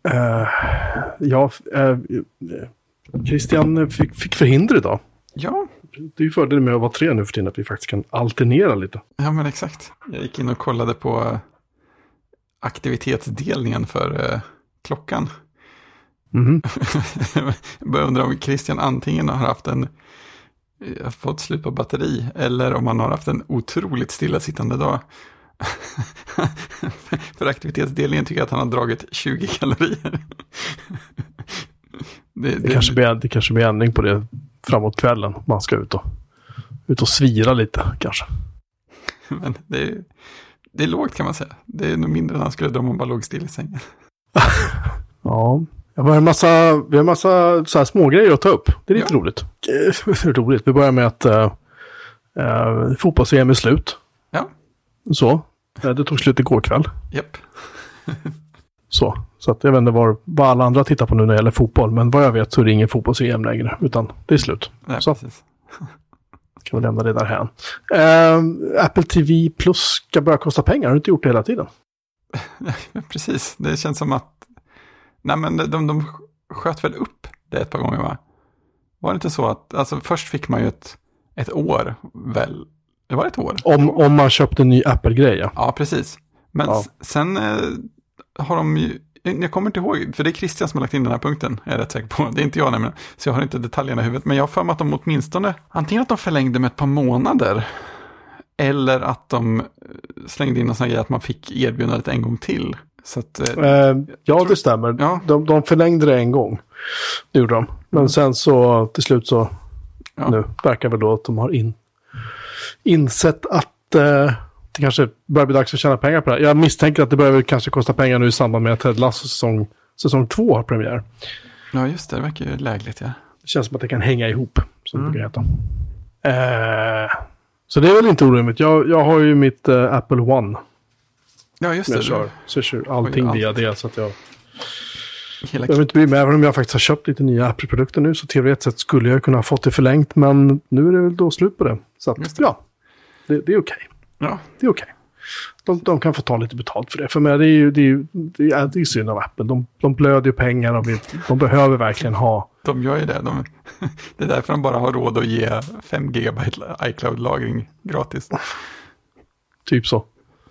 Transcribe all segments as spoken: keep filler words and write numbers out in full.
Uh, ja, uh, Christian fick, fick förhinder idag. Ja. Det är ju fördelen med att vara tre nu för tiden, att vi faktiskt kan alternera lite. Ja, men exakt. Jag gick in och kollade på aktivitetsdelningen för uh, klockan. Mm. Jag börjar undra om Christian antingen har haft en uh, fått slut på batteri eller om han har haft en otroligt stillasittande dag. För aktivitetsdelningen tycker jag att han har dragit tjugo kalorier. det, det, det, kanske blir, det kanske blir ändring på det framåt kvällen. Man ska ut och, ut och svira lite kanske. Men det är, det är lågt kan man säga. Det är nog mindre än han skulle drömma om bara låg still i sängen. Ja, vi har en massa, vi har en massa så här små grejer att ta upp. Det är lite ja. roligt. Det är roligt. Vi börjar med att uh, uh, fotbolls-V M är slut. Ja. Så. Det tog slut igår kväll. Japp. Så. Så att jag vet inte vad, vad alla andra tittar på nu när det gäller fotboll. Men vad jag vet så är det ingen fotbolls-V M längre. Utan det är slut. Nej, så. Precis. Kan vi lämna det där här. Uh, Apple T V Plus ska börja kosta pengar. Har du inte gjort det hela tiden? Precis. Det känns som att nej men de, de, de sköt väl upp det ett par gånger, va? Var det inte så att alltså först fick man ju ett, ett år väl? Det var ett år. Om, om man köpte en ny Apple-grej, ja. Ja, precis. Men ja. s- sen eh, har de ju, jag kommer inte ihåg, för det är Christian som har lagt in den här punkten, är jag rätt säker på. Det är inte jag nämligen, så jag har inte detaljerna i huvudet. Men jag har för mig att de åtminstone, antingen att de förlängde med ett par månader, eller att de slängde in och sa att man fick erbjudandet en gång till. Så att, eh, eh, ja, tror, det stämmer. Ja. De, de förlängde det en gång. Det gjorde de. Men mm. sen så till slut så ja. nu verkar väl då att de har in, insett att eh, det kanske börjar bli dags att tjäna pengar på det här. Jag misstänker att det börjar väl kanske kosta pengar nu i samband med att Ted Lasso säsong, säsong två har premiär. Ja, just det. Det verkar ju lägligt, ja. Det känns som att det kan hänga ihop, som mm. det brukar heta. Eh, så det är väl inte orimligt. Jag, jag har ju mitt eh, Apple One. Ja, just det. Jag kör, så jag kör allting via det, så att jag... Hela... Jag vill inte bry mig, även om jag faktiskt har köpt lite nya Apple-produkter nu, så teoretiskt sett skulle jag kunna ha fått det förlängt, men nu är det väl då slut på det. Så att, det. ja, det, det är okej. Okay. Ja. Det är okej. Okay. De, de kan få ta lite betalt för det. För mig, det är ju det är, det är, det är synd av Apple. De, de blöder ju pengar och de, de behöver verkligen ha... De gör ju det. De, det är därför de bara har råd att ge fem gigabyte iCloud-lagring gratis. Typ så.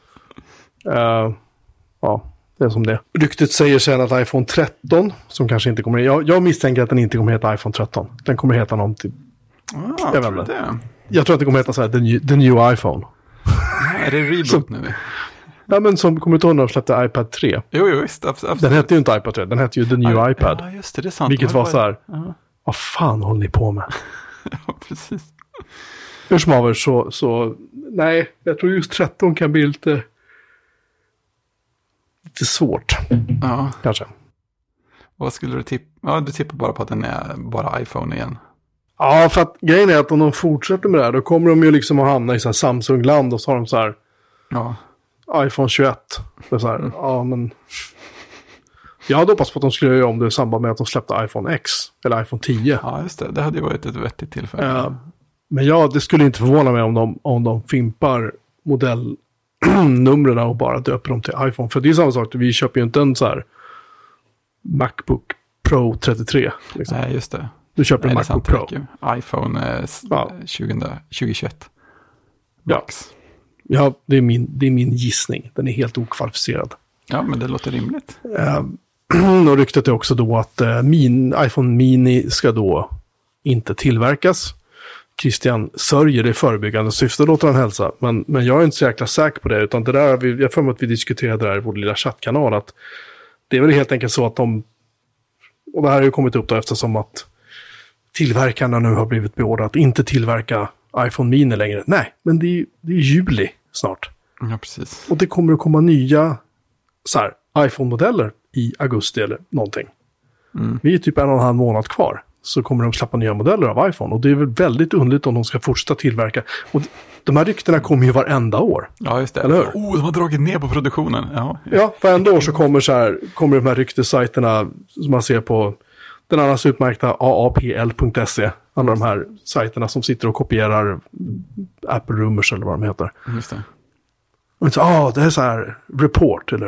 Uh, ja, det är som det. Ryktet säger sen att iPhone tretton, som kanske inte kommer... Jag, jag misstänker att den inte kommer heta iPhone tretton. Den kommer heta någonting... Ah, jag, tror det. jag tror att det kommer heta så här, the new, the new iPhone. Ah, är det reboot som, nu? Ja, men som kommer inte ihåg när de släppte iPad tre. Jo, jo, visst. Absolut. Den hette ju inte iPad tre, den hette ju the new ah, iPad. Ja, just det, det är sant. Vilket var, var så här, uh-huh. vad fan håller ni på med? Ja, precis. Hur som haver så, så, nej, jag tror just tretton kan bli lite... lite svårt. Ja. Kanske. Vad skulle du tippa? Ja, du tippar bara på att den är bara iPhone igen. Ja, för att grejen är att om de fortsätter med det här, då kommer de ju liksom att hamna i så här Samsung-land och så har de så här ja. iPhone tjugoett. Det är så här, mm. ja men... Jag hade hoppats på att de skulle göra om det i samband med att de släppte iPhone X, eller iPhone tio. Ja, just det. Det hade ju varit ett vettigt tillfälle. Uh, men ja, det skulle inte förvåna mig om de, om de fimpar modellnumren och bara döper dem till iPhone. För det är samma sak, vi köper ju inte en så här MacBook Pro trettiotre. Liksom. Nej, just det. Du köper Nej, en MacBook Pro. iPhone eh, ja. tjugo tjugoett. Max. Ja, ja det, är min, det är min gissning. Den är helt okvalificerad. Ja, men det låter rimligt. Uh, och ryktet är också då att uh, min, iPhone Mini ska då inte tillverkas. Christian sörjer det förebyggande syfte, låter han hälsa. Men, men jag är inte så jäkla säker på det. Utan det där, vi, jag får med att vi diskuterade det här i vår lilla chattkanal. Att det är väl helt enkelt så att de... Och det här har ju kommit upp då eftersom att tillverkarna nu har blivit beordrade att inte tillverka iPhone Mini längre. Nej, men det är, det är juli snart. Ja, precis. Och det kommer att komma nya så här, iPhone-modeller i augusti eller någonting. Mm. Vi är typ en och en halv månad kvar. Så kommer de släppa nya modeller av iPhone. Och det är väl väldigt underligt om de ska fortsätta tillverka. Och de här ryktena kommer ju varenda år. Ja, just det. Eller hur? Oh, de har dragit ner på produktionen. Ja, ja varenda år så kommer, så här, kommer de här ryktesajterna som man ser på den annars utmärkta A A P L punkt se. Alla de här sajterna som sitter och kopierar Apple Rumors eller vad de heter. Just det. Och så, ah, det är så här report eller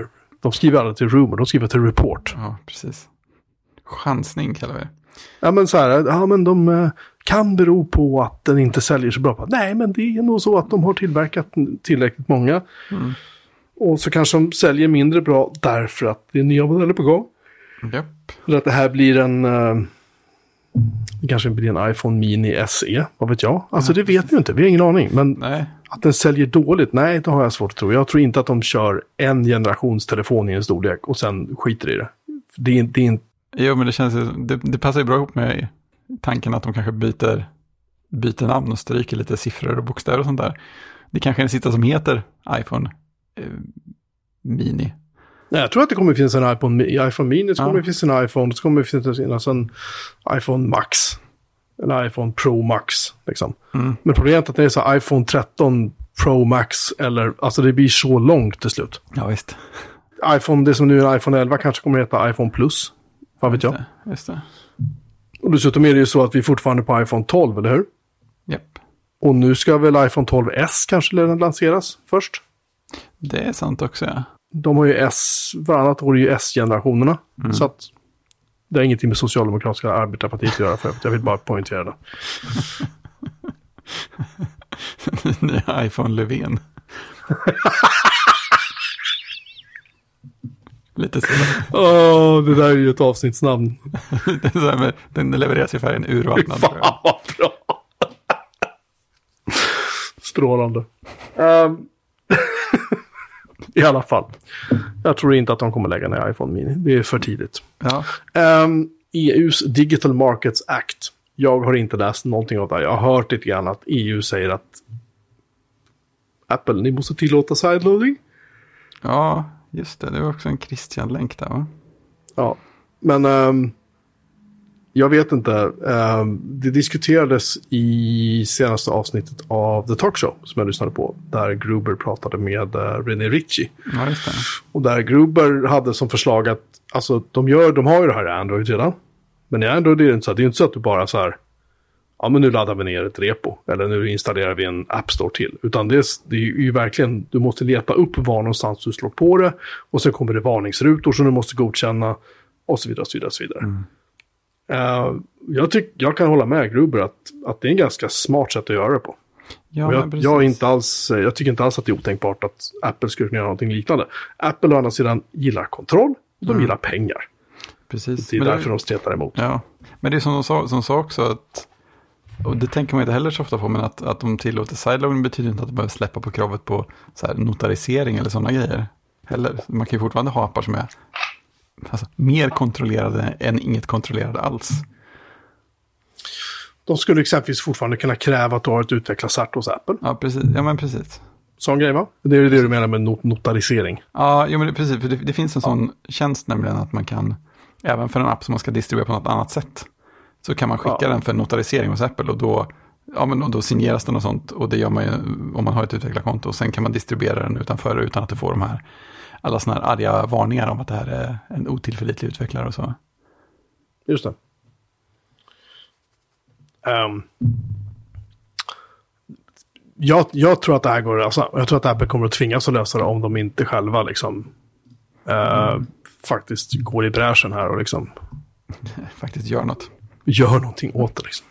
De skriver aldrig till rumor, de skriver till report. Ja, precis. Chansning kallar vi det. Ja, men så här, ja men de eh, kan bero på att den inte säljer så bra. Nej, men det är nog så att de har tillverkat tillräckligt många. Mm. Och så kanske de säljer mindre bra därför att det är nya modeller på gång. Japp. Eller att det här blir en... Uh, det kanske blir en iPhone Mini S E, vad vet jag. Alltså ja, det vet vi ju inte, vi har ingen aning. Men nej. Att den säljer dåligt, nej det har jag svårt att tro. Jag tror inte att de kör en generationstelefon i en storlek och sen skiter i det. Det är, det är inte... Jo, men det känns det, det passar ju bra ihop med tanken att de kanske byter, byter namn och stryker lite siffror och bokstäver och sånt där. Det kanske är en sista som heter iPhone eh, Mini. Nej, jag tror att det kommer att finnas en iPhone, iPhone Mini, så ja. kommer det finnas en iPhone, så kommer det finnas en iPhone Max, en iPhone Pro Max, liksom. Mm. Men problemet är att det är så iPhone tretton Pro Max, eller, alltså det blir så långt till slut. Ja, visst. iPhone, det som nu är iPhone elva kanske kommer att heta iPhone Plus, vad vet jag. Just det, just det. Och dessutom är det ju så att vi är fortfarande på iPhone tolv, eller hur? Japp. Och nu ska väl iPhone tolv S kanske lanseras först? Det är sant också, ja. De har ju S, varannat år är ju S-generationerna. Mm. Så att det har ingenting med Socialdemokratiska arbetarpartiet att göra, för jag vill bara poängtera det. Nya iPhone Löfven. Lite så. Åh, oh, det där är ju ett avsnittsnamn. Det är så här med, den levereras i färgen urvattnad. Fan vad bra. Strålande. Um, I alla fall. Jag tror inte att de kommer lägga ner iPhone Mini. Det är för tidigt. Ja. Um, E U:s Digital Markets Act. Jag har inte läst någonting av det. Jag har hört lite grann att E U säger att Apple, ni måste tillåta sideloading. Ja, just det. Det var också en Christian-länk där, va? Ja, men um, jag vet inte. Um, det diskuterades i senaste avsnittet av The Talk Show som jag lyssnade på, där Gruber pratade med uh, René Ritchie. Ja, just det. Och där Gruber hade som förslag att alltså, de, gör, de har ju det här i Android redan. Men i Android är det inte så, det är inte så att du bara så här, ja men nu laddar vi ner ett repo, eller nu installerar vi en App Store till. Utan det är, det är ju verkligen, du måste leta upp var någonstans du slår på det, och sen kommer det varningsrutor som du måste godkänna, och så vidare, och så vidare, och så vidare. Mm. Uh, jag, tyck, jag kan hålla med Gruber att, att det är en ganska smart sätt att göra det på. Ja, jag, jag, är inte alls, jag tycker inte alls att det är otänkbart att Apple skulle kunna göra någonting liknande. Apple å andra sidan gillar kontroll, och de mm. gillar pengar. Precis. Det är men därför det, de stretar emot. Ja, men det är som de sa, som sa också att, och det tänker man inte heller så ofta på, men att, att de tillåter sideloading betyder inte att de behöver släppa på kravet på så här notarisering eller sådana grejer. Heller. Man kan ju fortfarande ha appar som är alltså, mer kontrollerade än inget kontrollerade alls. De skulle exempelvis fortfarande kunna kräva att du har ett utvecklarcert hos Apple. Ja, precis. Ja, men precis. Sån grej, va? Det är det du menar med not- notarisering. Ja, jo, men det, precis. För det, det finns en ja. sån tjänst nämligen att man kan, även för en app som man ska distribuera på något annat sätt, så kan man skicka ja. den för notarisering hos Apple, och då, ja, men då signeras den och sånt, och det gör man ju om man har ett utvecklarkonto, och sen kan man distribuera den utanför utan att du får de här alla såna här arga varningar om att det här är en otillförlitlig utvecklare och så. Just det. Um, jag, jag tror att det här går, alltså, jag tror att Apple kommer att tvingas att lösa det om de inte själva liksom uh, mm. faktiskt går i bräschen här och liksom faktiskt gör något. Gör någonting åt det liksom.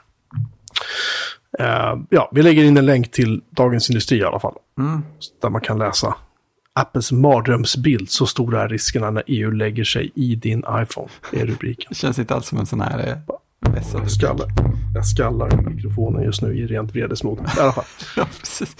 Uh, ja, vi lägger in en länk till Dagens Industri i alla fall. Mm. Där man kan läsa Apples mardrömsbild, så stora är riskerna när E U lägger sig i din iPhone, är rubriken. Det känns inte alls som en sån här vässad. Jag skallar, jag skallar i mikrofonen just nu i rent vredesmod. I alla fall. Ja, precis.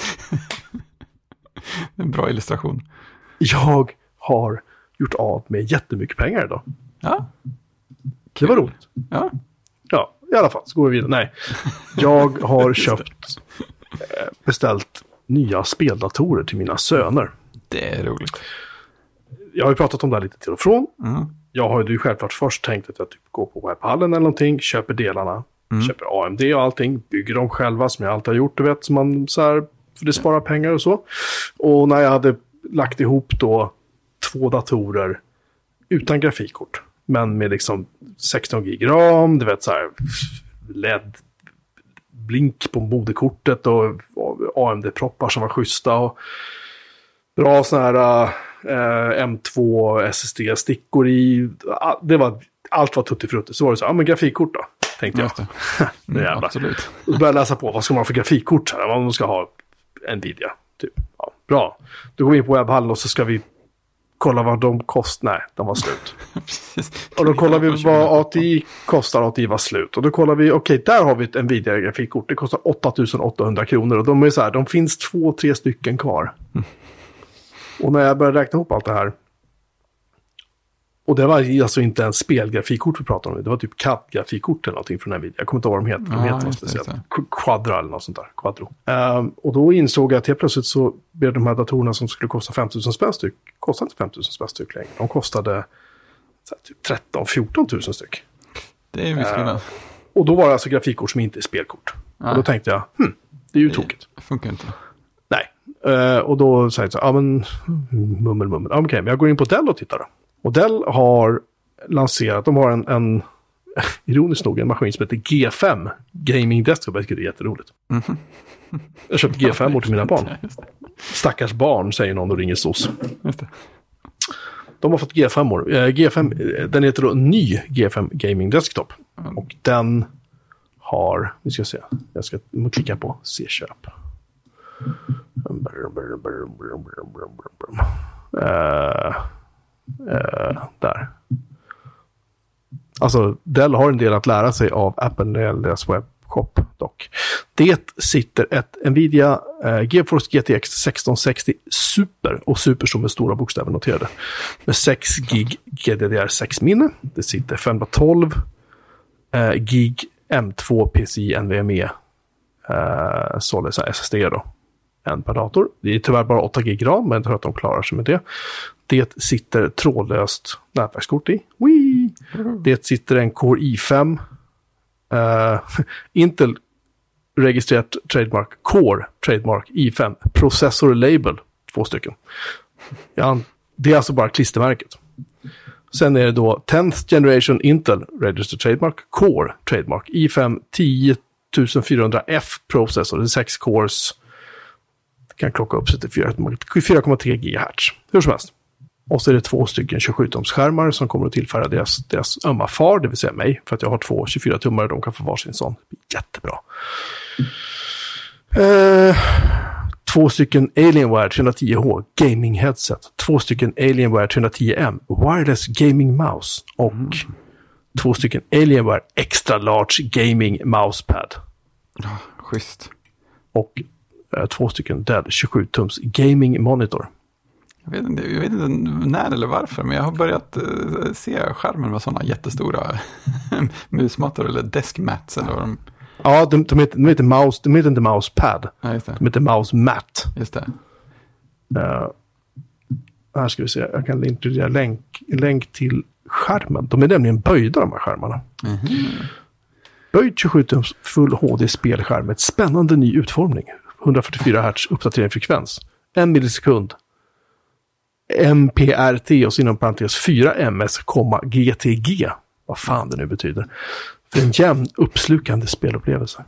En bra illustration. Jag har gjort av med jättemycket pengar idag. Ja. Det var roligt. Ja. Ja, i alla fall så går vi vidare. Nej, jag har köpt, beställt nya speldatorer till mina söner. Det är roligt. Jag har ju pratat om det här lite till och från. Mm. Jag har ju självklart först tänkt att jag typ går på webbhallen eller någonting, köper delarna, mm. köper A M D och allting, bygger dem själva som jag alltid har gjort, du vet, som man så här, för det sparar pengar och så. Och när jag hade lagt ihop då två datorer utan grafikkort, men med liksom sexton gig ram, du vet så här L E D-blink på moderkortet och A M D-proppar som var schyssta och bra såna här uh, eh, M två S S D-stickor i. Det var, allt var tuttifrutti. Så var det så, ja men grafikkort då, tänkte jag. Mm, jävla. absolut. Och så började jag läsa på, vad ska man ha för grafikkort här? Man ska ha Nvidia, typ. Ja, bra. Då går vi in på webbhallen och så ska vi kolla vad de kostar. Nej, de var slut. Och då kollar vi vad A T I kostar. A T I var slut. Och då kollar vi, okej, okay, där har vi ett Nvidia-grafikkort. Det kostar åtta tusen åttahundra kronor. Och de är så här, de finns två, tre stycken kvar. Mm. Och när jag började räkna ihop allt det här. Och det var alltså inte en spelgrafikkort vi pratade om. Det var typ C A D-grafikkort eller någonting från Nvidia. Jag kommer inte ihåg vad de heter. De heter något speciellt. Quadra eller något sånt där. Quadro. Um, och då insåg jag att helt plötsligt så blev de här datorerna som skulle kosta fem tusen spänn styck. Kostade inte fem tusen spänn styck längre. De kostade så här, typ tretton till fjorton tusen styck. Det är ju visst skillnad. Uh, och då var det alltså grafikkort som inte är spelkort. Nej. Och då tänkte jag, hm, det är ju det tokigt. Det funkar inte. Nej. Uh, och då sa jag så ja men, mummel, mummel. Okej, okay, men jag går in på Dell och tittar då. Och Dell har lanserat, de har en, en ironiskt nog, en maskin som heter G fem Gaming Desktop. Jag tycker det är jätteroligt. Mm-hmm. Jag köpte G fem till mina barn. Stackars barn, säger någon och ringer S O S. Just det. De har fått G fem år. Eh, G fem, den heter då ny G fem Gaming Desktop. Mm. Och den har, vi ska se, jag ska klicka på se-köp. Uh, Uh, där. Alltså, Dell har en del att lära sig av Apple när det gäller deras webbshop dock. Det sitter ett Nvidia uh, GeForce G T X sexton sextio Super, och Super som med stora bokstäver noterade, med sex gig G D D R sex minne. Det sitter femhundratolv uh, gig M två P C I N V M E uh, således S S D då. En per dator. Det är tyvärr bara åtta gig RAM, men jag tror att de klarar sig med det. Det sitter trådlöst nätverkskort i. Wee! Mm. Det sitter en Core i fem. Uh, Intel registrerat trademark Core trademark i fem. Processor label. Två stycken. Ja, det är alltså bara klistermärket. Sen är det då tenth generation Intel registered trademark Core trademark i fem tio tusen fyrahundra F processor. Det är sex cores. Kan klocka upp sig till fyra komma tre gigahertz. Hur som helst. Och så är det två stycken tjugosju-tums-skärmar som kommer att tillföra deras, deras ömma far, det vill säga mig. För att jag har två tjugofyra-tummare, de kan få varsin sån. Jättebra. Eh, två stycken Alienware trehundratio H gaming headset. Två stycken Alienware trehundratio M wireless gaming mouse. Och mm. två stycken Alienware extra large gaming mousepad. Ja, schysst. Och eh, två stycken Dell tjugosju-tums gaming monitor. Jag vet, inte, jag vet inte när eller varför, men jag har börjat uh, se skärmen med sådana jättestora musmattor eller deskmats eller vad de... Ja, de, de, heter, de, heter mouse, de heter inte mousepad. Ja, just det. De heter mouse mat. Just det. Uh, här ska vi se, jag kan inkludera länk, länk till skärmen. De är nämligen böjda, de här skärmarna. Mm-hmm. Böjd tjugosju-tums full H D-spelskärm med ett spännande ny utformning. hundrafyrtiofyra hertz uppdateringsfrekvens. En millisekund. M P R T och inom parentes fyra M S, G T G. Vad fan det nu betyder. För en jämn uppslukande spelupplevelse.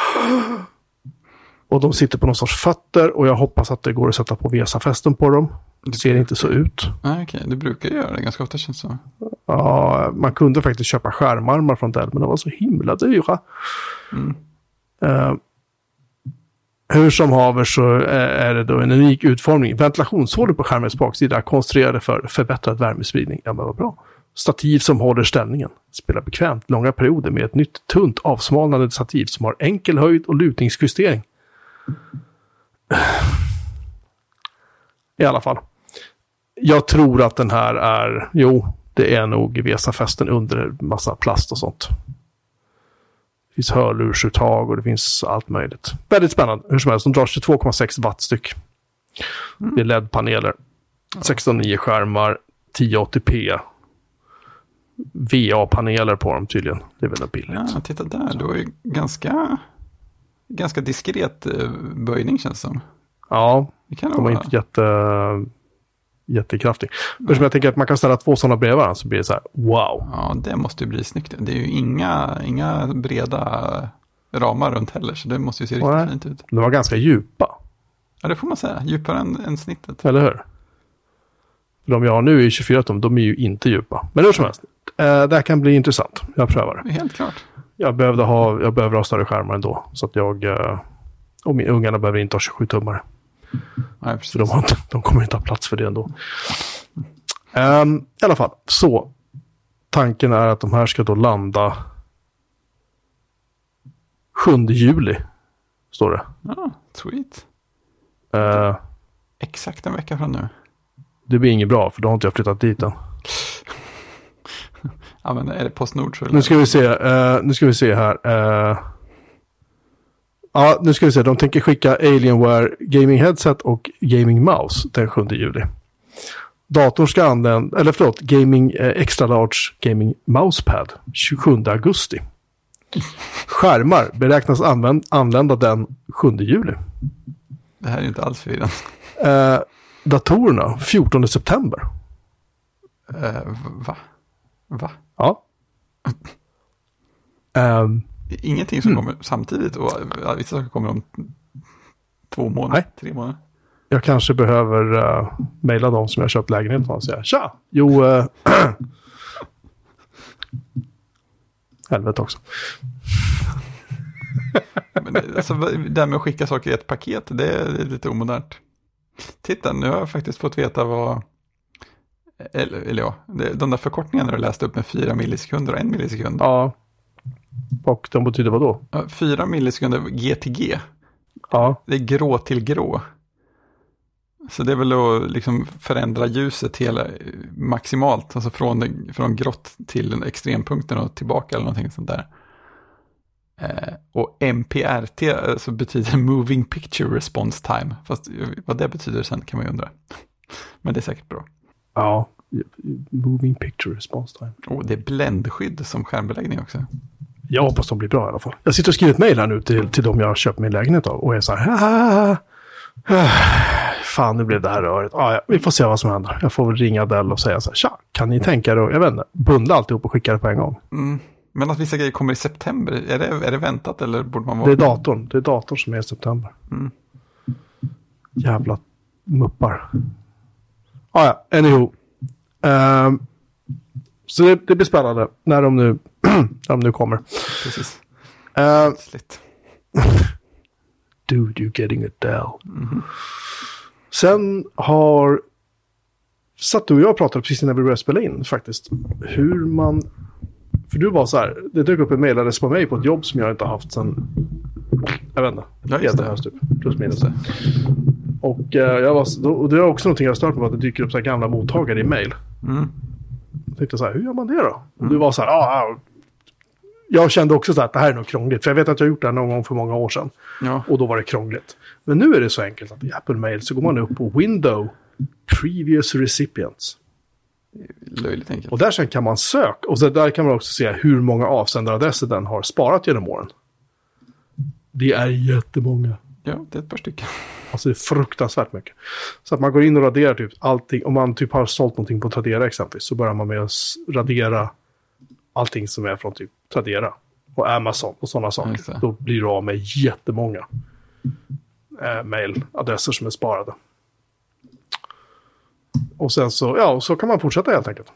Och de sitter på någon sorts fötter och jag hoppas att det går att sätta på V S A-fästen på dem. Det ser inte så ut. Nej, okej. Du brukar göra det ganska ofta, känns så. Ja, man kunde faktiskt köpa skärmarmar från Dell, men de var så himla dyra. Mm. Uh, Hur som haver så är det då en unik utformning. Ventilationshål på skärmens baksida konstruerade för förbättrad värmespridning. Ja, men vad bra. Stativ som håller ställningen. Spelar bekvämt långa perioder med ett nytt tunt avsmalnande stativ som har enkel höjd och lutningsjustering. I alla fall. Jag tror att den här är, jo, det är nog V S A-fästen under massa plast och sånt. Det finns hörlursuttag och det finns allt möjligt. Väldigt spännande. Hur som helst, de drar tjugotvå komma sex watt styck. Mm. Det är L E D-paneler. sexton nio skärmar. tio åttio p. V A-paneler på dem tydligen. Det är väldigt billigt. Ja, titta där. Det var ju ganska, ganska diskret böjning, känns som. Ja, det kan de var inte jätte, jättekraftig. Men som jag tänker att man kan ställa två sådana bredvid varandra så blir det så här, wow. Ja, det måste ju bli snyggt. Det är ju inga, inga breda ramar runt heller, så det måste ju se riktigt Nej, fint ut. De var ganska djupa. Ja, det får man säga. Djupare än, än snittet. Eller hur? För de jag har nu är tjugofyra tum, de är ju inte djupa. Men hur som helst, eh, det här kan bli intressant. Jag prövar det. Helt klart. Jag behövde ha, jag behöver ha större skärmar ändå. Så att jag, eh, och min, ungarna behöver inte ha tjugosju tummare. Nej, precis. För de, har inte, de kommer inte ha plats för det ändå. Um, I alla fall, så. Tanken är att de här ska då landa sjunde juli. Står det. Ja, sweet. Uh, Exakt en vecka från nu. Det blir inget bra, för då har inte jag flyttat dit än. Ja, men är det Postnord så? Nu ska vi se, uh, nu ska vi se här. Uh, ja, nu ska vi se. De tänker skicka Alienware Gaming Headset och Gaming Mouse den sjunde juli. Datorn ska använda, eller förlåt, Gaming eh, Extra Large Gaming Mousepad tjugosjunde augusti. Skärmar beräknas använd, använda den sjunde juli. Det här är ju inte alls förvirrande. Eh, datorerna fjortonde september. Uh, va? Va? Ja. um, Ingenting som hmm. kommer samtidigt och ja, vissa saker kommer om två månader, Nej. tre månader. Jag kanske behöver uh, mejla dem som jag köpt lägenheten och säga tja, jo uh, helvete också. Men det, alltså, det här med att skicka saker i ett paket, det är, det är lite omodernt. Titta, nu har jag faktiskt fått veta vad, eller, eller ja, det, de där förkortningarna du läste upp med fyra millisekunder och en millisekund. Ja, och de betyder vad då? Ja, fyra millisekunder G till G. Ja. Det är grå till grå. Så det är väl att liksom förändra ljuset hela, maximalt, alltså från, från grått till extrempunkten och tillbaka eller någonting sånt där. Eh, och M P R T alltså betyder Moving Picture Response Time. Fast vad det betyder sen kan man ju undra. Men det är säkert bra. Ja, Moving Picture Response Time. Och det är bländskydd som skärmbeläggning också. Jag hoppas de blir bra i alla fall. Jag sitter och skriver ett mejl här nu till, till de jag har köpt min lägenhet av. Och jag är så här, fan nu blev det här rörigt. Ah, ja, vi får se vad som händer. Jag får väl ringa Dell och säga så här, tja, kan ni tänka er och jag vet inte, bundla alltihop och skicka det på en gång. Mm. Men att vissa grejer kommer i september, är det, är det väntat eller borde man vara? Det är datorn, det är datorn som är i september. Mm. Jävla muppar. Ah, ja, anywho. Um, så det, det blir spännande när de nu, när de nu kommer. Precis. Uh, Slitt. Dude, you're getting a Dell. Mm. Sen har satt du och jag pratade precis när vi började spela in faktiskt. Hur man, för du var så här, det dök upp en mejladress på mig på ett jobb som jag inte har haft sedan, jag vet inte, ja, just det. Höst, typ, plus minus det. Och, uh, jag var, och det är också någonting jag stört på, att det dyker upp så här gamla mottagare i mejl. Mm. Jag tänkte så här, hur gör man det då? Och mm. du var så här, ah, jag kände också så här, att det här är nog krångligt. För jag vet att jag har gjort det här någon gång för många år sedan. Ja. Och då var det krångligt. Men nu är det så enkelt att i Apple Mail så går man upp på Window Previous Recipients. Löjligt enkelt. Och där sen kan man söka. Och så där kan man också se hur många avsändaradresser den har sparat genom åren. Det är jättemånga. Ja, det är ett par stycken. Alltså det är fruktansvärt mycket. Så att man går in och raderar typ allting. Om man typ har sålt någonting på Tradera exempelvis, så börjar man med att radera allting som är från typ Tradera och Amazon och sådana saker. Då blir du av med jättemånga eh, mailadresser som är sparade. Och sen så, ja, och så kan man fortsätta helt enkelt.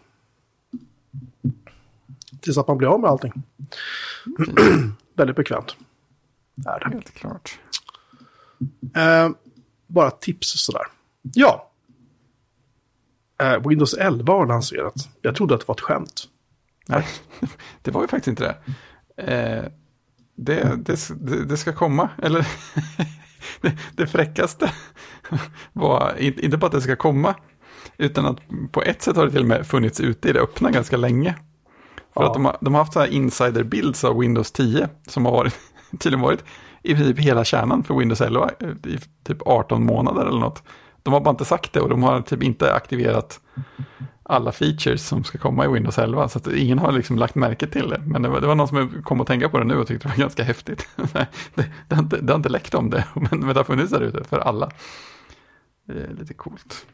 Tills att man blir av med allting. Mm. Väldigt bekvämt. Är det. Helt klart. Eh, bara tips sådär. Ja. Eh, Windows elva har lanserat. Jag trodde att det var ett skämt. Nej, det var ju faktiskt inte det. Eh, det, det, det, det ska komma. Eller det, det fräckaste var inte bara att det ska komma, utan att på ett sätt har det till och med funnits ute i det öppna ganska länge. För ja. att de har, de har haft så här insider-builds av Windows tio som har varit, tydligen varit i princip hela kärnan för Windows elva i typ arton månader eller något. De har bara inte sagt det och de har typ inte aktiverat alla features som ska komma i Windows elva. Så att ingen har liksom lagt märke till det. Men det var, det var någon som kom och tänka på det nu och tyckte det var ganska häftigt. det, det, har inte, det har inte läckt om det, men, men det har funnits där ute för alla. Det är lite coolt.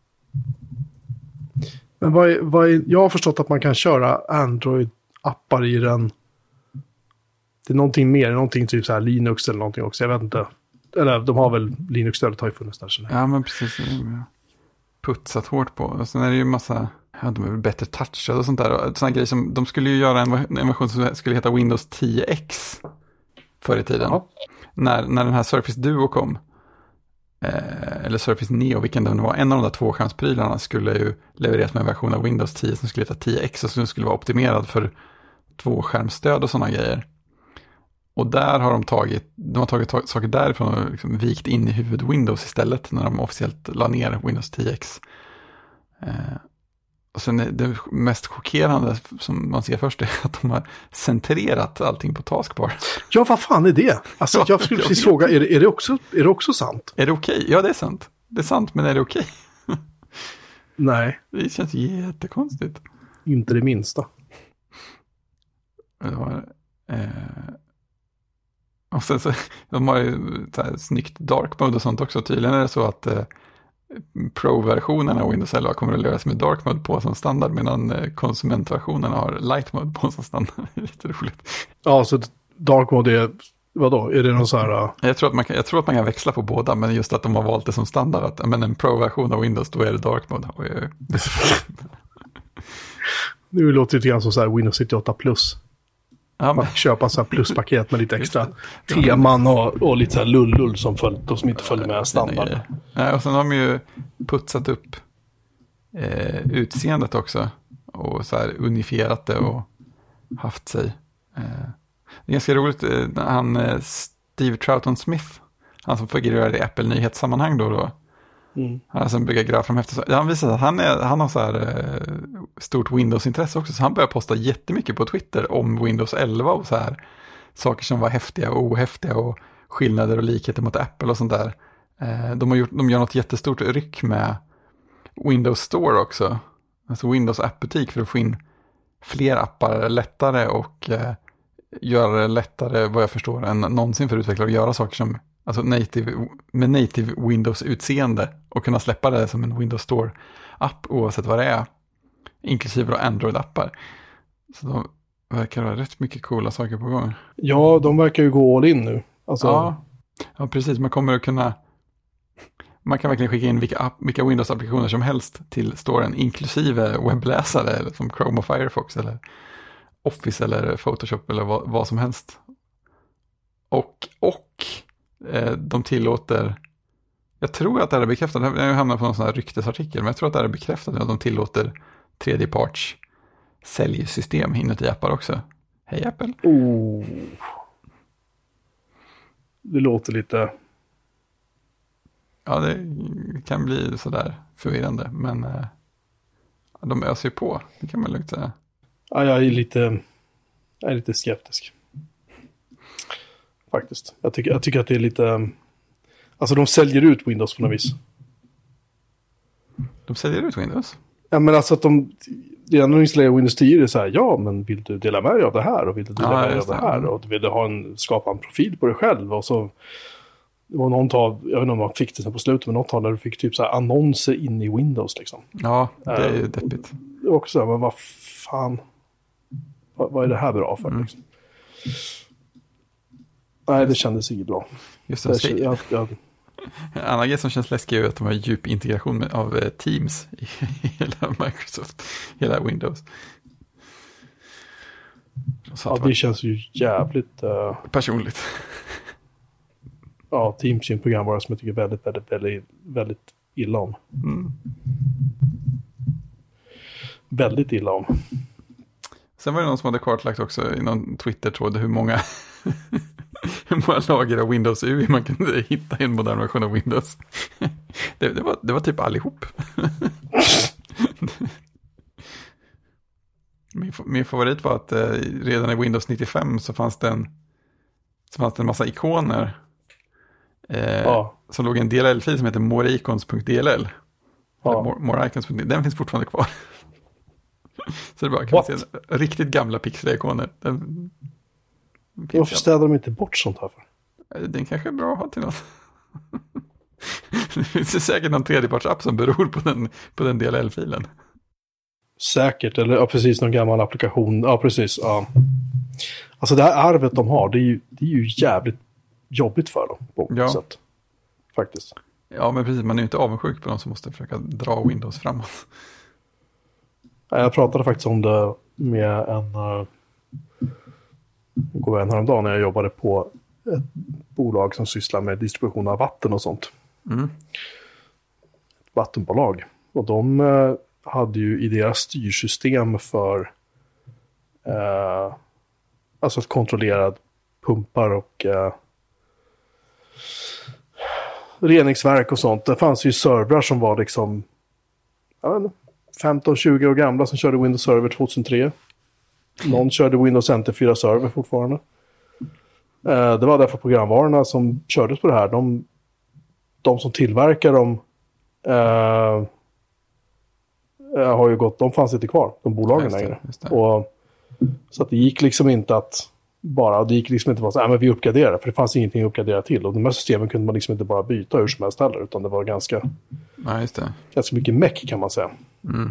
Men vad är, vad är, jag har förstått att man kan köra Android-appar i den. Det är någonting mer, någonting typ så här Linux eller någonting också. Jag vet inte. Eller de har väl Linux-stödet har ju funnits där. Så ja, men precis. putsat hårt på. Och sen är det ju massa, ja, de är väl bättre touchade och sånt där. Och såna grejer som, de skulle ju göra en, en version som skulle heta Windows tio X förr i tiden. Ja. När, när den här Surface Duo kom. Eh, eller Surface Neo, vilken det var. En av de där tvåskärmsprylarna skulle ju levereras med en version av Windows tio som skulle heta tio X och som skulle vara optimerad för tvåskärmsstöd och sådana grejer. Och där har de tagit, de har tagit, tagit saker därifrån och liksom vikt in i huvud Windows istället när de officiellt la ner Windows tio X. Eh, och sen är det mest chockerande som man ser först är att de har centrerat allting på taskbar. Ja, vad fan är det? Alltså, jag skulle precis fråga, är det, är, det också, är det också sant? Är det okej? Okay? Ja, det är sant. Det är sant, men är det okej? Okay? Nej. Det känns jättekonstigt. Inte det minsta. Det var... Eh... Och sen så, de har ju så här snyggt dark mode och sånt också. Tydligen är det så att eh, Pro-versionen av Windows elva kommer att lösas med dark mode på som standard medan eh, konsumentversionen har light mode på som standard. Det är lite roligt. Ja, så dark mode är, vadå? Är det någon så här... Uh... Jag tror, att man kan, jag tror att man kan växla på båda, men just att de har valt det som standard. Att, men en Pro-version av Windows, då är det dark mode. Oj, oj, oj. Nu låter det lite grann som så här Windows nittioåtta plus. Ja, man köpa så här pluspaket med lite extra teman och, och lite så här lull-lull som, följ, som inte följer med standard. Ja, och sen har de ju putsat upp eh, utseendet också och så här unifierat det och haft sig. Eh, det är ganska roligt, eh, han eh, Steve Troughton Smith, han som figurerar i Apple-nyhetssammanhang då och då. Mm. Han som brukar gräva fram efter. Han visar att han, är, han har så här eh, stort Windows-intresse också. Så han börjar posta jättemycket på Twitter om Windows elva och så här. Saker som var häftiga och ohäftiga och skillnader och likheter mot Apple och sånt där. Eh, de, har gjort, de gör något jättestort ryck med Windows Store också. Alltså Windows appbutik för att få in fler appar lättare och eh, göra det lättare, vad jag förstår, än någonsin för utvecklare att göra saker som alltså native, med native Windows-utseende och kunna släppa det som en Windows Store-app oavsett vad det är. Inklusive Android-appar. Så de verkar ha rätt mycket coola saker på gång. Ja, de verkar ju gå all in nu. Alltså... Ja. ja, precis. Man kommer att kunna... Man kan verkligen skicka in vilka, app, vilka Windows-applikationer som helst till storen, inklusive webbläsare eller som Chrome och Firefox eller Office eller Photoshop eller vad, vad som helst. Och... och de tillåter, jag tror att det är bekräftat, jag har hamnat på någon sån här ryktesartikel, men jag tror att det är bekräftat att de tillåter tredjeparts säljsystem inuti appar också. Hej Apple. Oh. Det låter lite... Ja, det kan bli sådär förvirrande, men de öser ju på, det kan man lugnt säga. Ja, jag är lite, jag är lite skeptisk. Faktiskt. Jag tycker, jag tycker att det är lite... Alltså de säljer ut Windows på något vis. De säljer ut Windows? Ja, men alltså att de... Redan när de installerar Windows tio är det så här, ja, men vill du dela med dig av det här? Och vill du dela ja, med dig av det här? Och vill du ha en, skapa en profil på dig själv? Och så... Det var någon tag, jag vet inte om man fick det sen på slutet, men något tag där du fick typ så här annonser in i Windows liksom. Ja, det är ju deppigt. Det var också så här, men vad fan... Vad, vad är det här bra för mm. liksom? Nej, det kändes inte bra. Just det, det jag, jag... En annan grej som känns läskig är att de har djup integration med, av eh, Teams i hela Microsoft, hela Windows. Ja, det var... känns ju jävligt... Uh... personligt. Ja, Teams är en programvara som jag tycker väldigt, väldigt, väldigt, väldigt illa om. Mm. Väldigt illa om. Sen var det någon som hade kartlagt också i någon Twitter-tråd hur många... hur många lager av Windows U I man kunde hitta i en modern version av Windows. det, det, var, det var typ allihop. min, min favorit var att eh, redan i Windows nittiofem så fanns det en, så fanns det en massa ikoner. Eh, ja. Som låg i en D L L-fil som heter moreicons punkt d l l. Ja. More, moreicons punkt d l l. Den finns fortfarande kvar. Så det bara kan What? man se riktigt gamla pixelikoner. Den... Varför städar de inte bort sånt här för? Den kanske är bra att ha till något. Det finns säkert någon tredjepartsapp som beror på den, på den D L L-filen. Säkert, eller ja, precis någon gammal applikation. Ja, precis. Ja. Alltså det här arvet de har, det är ju, det är ju jävligt jobbigt för dem på något ja. sätt. Faktiskt. Ja, men precis. Man är ju inte avundsjuk på de som måste försöka dra Windows framåt. Jag pratade faktiskt om det med en uh, god vän häromdagen när jag jobbade på ett bolag som sysslar med distribution av vatten och sånt. Mm. Vattenbolag. Och de uh, hade ju i deras styrsystem för uh, alltså att kontrollera pumpar och uh, reningsverk och sånt. Det fanns ju servrar som var liksom jag vet inte, femton tjugo år gamla som körde Windows Server tjugohundratre. Någon körde Windows N T fyra Server fortfarande. Eh, det var därför programvarorna som kördes på det här. De, de som tillverkar dem eh, har ju gått, de fanns inte kvar, de bolagen Ja, längre. just det. Och, så att det gick liksom inte att bara, det gick liksom inte bara så här, men vi uppgraderar, för det fanns ingenting att uppgradera till. Och de här systemen kunde man liksom inte bara byta hur som helst heller, utan det var ganska, Ja, just det. ganska mycket meck kan man säga. Mm.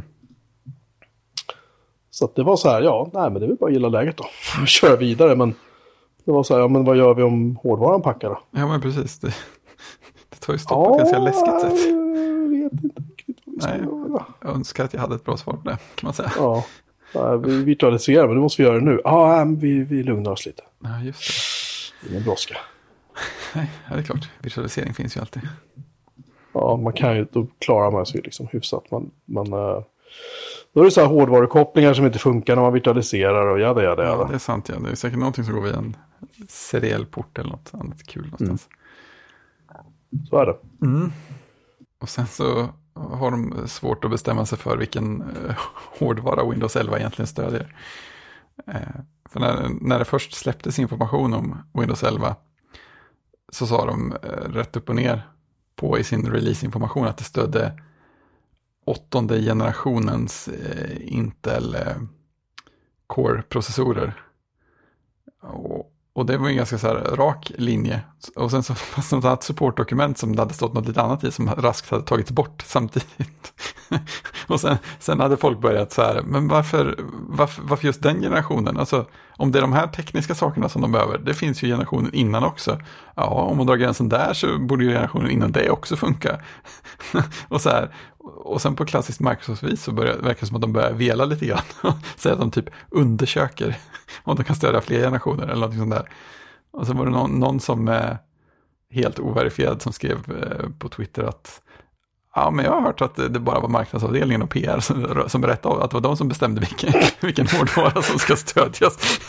Så att det var så här, ja, nej men det är väl bara att gilla läget då. Köra vidare, men det var så här, ja men vad gör vi om hårdvaran packar då? Ja, men precis. Det, det tar ju stopp på ett ganska läskigt sätt. Jag vet inte riktigt vad vi ska Nej, göra. jag önskar att jag hade ett bra svar på det, kan man säga. Ja, nej, vi virtualiserar, men det måste vi göra nu. Ja, nej, men vi, vi lugnar oss lite. Ja, just det. Ingen brådska. Nej, ja, det är klart. Virtualisering finns ju alltid. Ja, man kan ju, då klarar man sig liksom hyfsat. Man, man, uh, då är det så här hårdvarukopplingar som inte funkar när man virtualiserar och jada, jada, Ja, jada. det är sant. Ja. Det är säkert någonting som går via en seriell port eller något annat kul någonstans. Så är det. Mm. Och sen så har de svårt att bestämma sig för vilken eh, hårdvara Windows elva egentligen stödjer. Eh, för när, när det först släpptes information om Windows elva så sa de eh, rätt upp och ner på i sin releaseinformation att det stödde åttonde generationens eh, Intel eh, Core-processorer. Och, och det var en ganska så här rak linje. Och sen så fanns det något annat supportdokument som det hade stått något lite annat i som raskt hade tagits bort samtidigt. Och sen, sen hade folk börjat så här, men varför, varför, varför just den generationen? Alltså om det är de här tekniska sakerna som de behöver, det finns ju generationen innan också. Ja, om man drar gränsen där så borde ju generationen innan det också funka. Och så här, och sen på klassiskt Microsoft-vis så börjar, verkar det som att de börjar vela lite grann och säga att de typ undersöker om de kan stödja fler generationer eller något sånt där. Och så var det någon, någon som är helt overifierad som skrev eh, på Twitter att ja, men jag har hört att det bara var marknadsavdelningen och P R som, som berättade att det var de som bestämde vilken, vilken hårdvara som ska stödjas.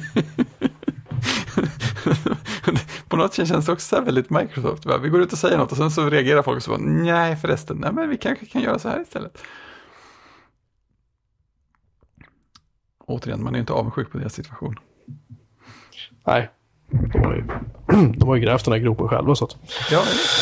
På något sätt känns det också så här väldigt Microsoft. Vi går ut och säger något och sen så reagerar folk och så bara, nej förresten, nej men vi kanske kan göra så här istället. Återigen, man är ju inte avundsjuk på deras situation. Nej, de har ju, de har ju grävt den här gropen själva så att. Ja,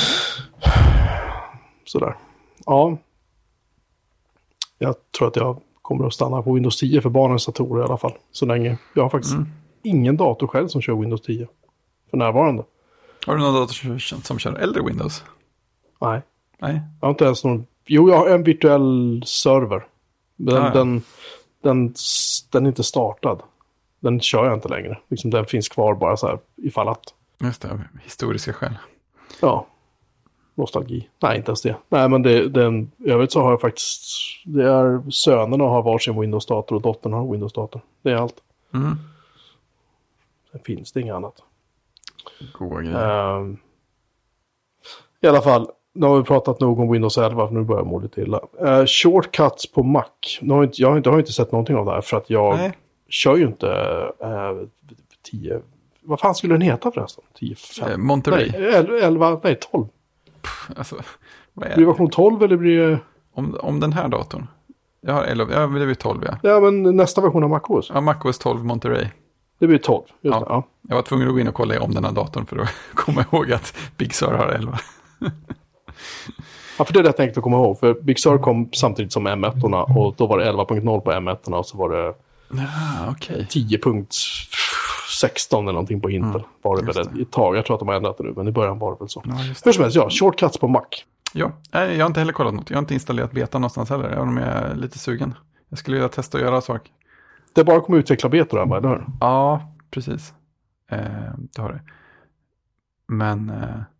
Sådär. Ja. Jag tror att jag kommer att stanna på Windows tio för barnens datorer i alla fall. Så länge. Jag har faktiskt mm. ingen dator själv som kör Windows tio. För närvarande. Har du någon dator som kör äldre Windows? Nej. Nej. Jag har inte ens någon. Jo, jag har en virtuell server. Den, ah, ja. den, den, den är inte startad. Den kör jag inte längre. Liksom, den finns kvar bara så här ifall att. Just det, historiska skäl. Ja. Nostalgi. Nej, inte ens det. Nej, men det, den, i övrigt så har jag faktiskt, det är sönerna har varsin Windows-dator och dottern har Windows-dator. Det är allt. Mm. Sen finns det inget annat. Goda grejer. Um, I alla fall, nu har vi pratat nog om Windows elva, för nu börjar jag må lite illa. Uh, shortcuts på Mac. Nu har inte, jag, har inte, jag har inte sett någonting av det här, för att jag Nej. kör ju inte uh, tio. Vad fan skulle den heta förresten? tio, fem? Eh, Monterey. Nej, elva, nej, tolv. Alltså, vad är blir det version tolv eller blir det... Om, om den här datorn. Jag har elva, ja, det blir tolv, ja. Ja, men nästa version av MacOS. Ja, MacOS tolv Monterey. Det blir tolv, just ja. det, ja. Jag var tvungen att gå in och kolla om den här datorn för att komma ihåg att Big Sur har elva. Ja, för det är rätt enkelt att komma ihåg. För Big Sur kom samtidigt som M ett-orna och då var det elva punkt noll på M ett-orna och så var det ah, okay. tio punkt sexton eller någonting på Intel. Mm, var det väl det. Ett tag. Jag tror att de har ändrat det nu, men i början var det väl så. Ja, hur som helst, ja, shortcuts på Mac. Ja, jag har inte heller kollat något. Jag har inte installerat beta någonstans heller, även om jag är lite sugen. Jag skulle vilja testa att göra saker. Det är bara att komma utveckla betor här, eller hur? Ja, precis. Eh, det har det. Men, eh,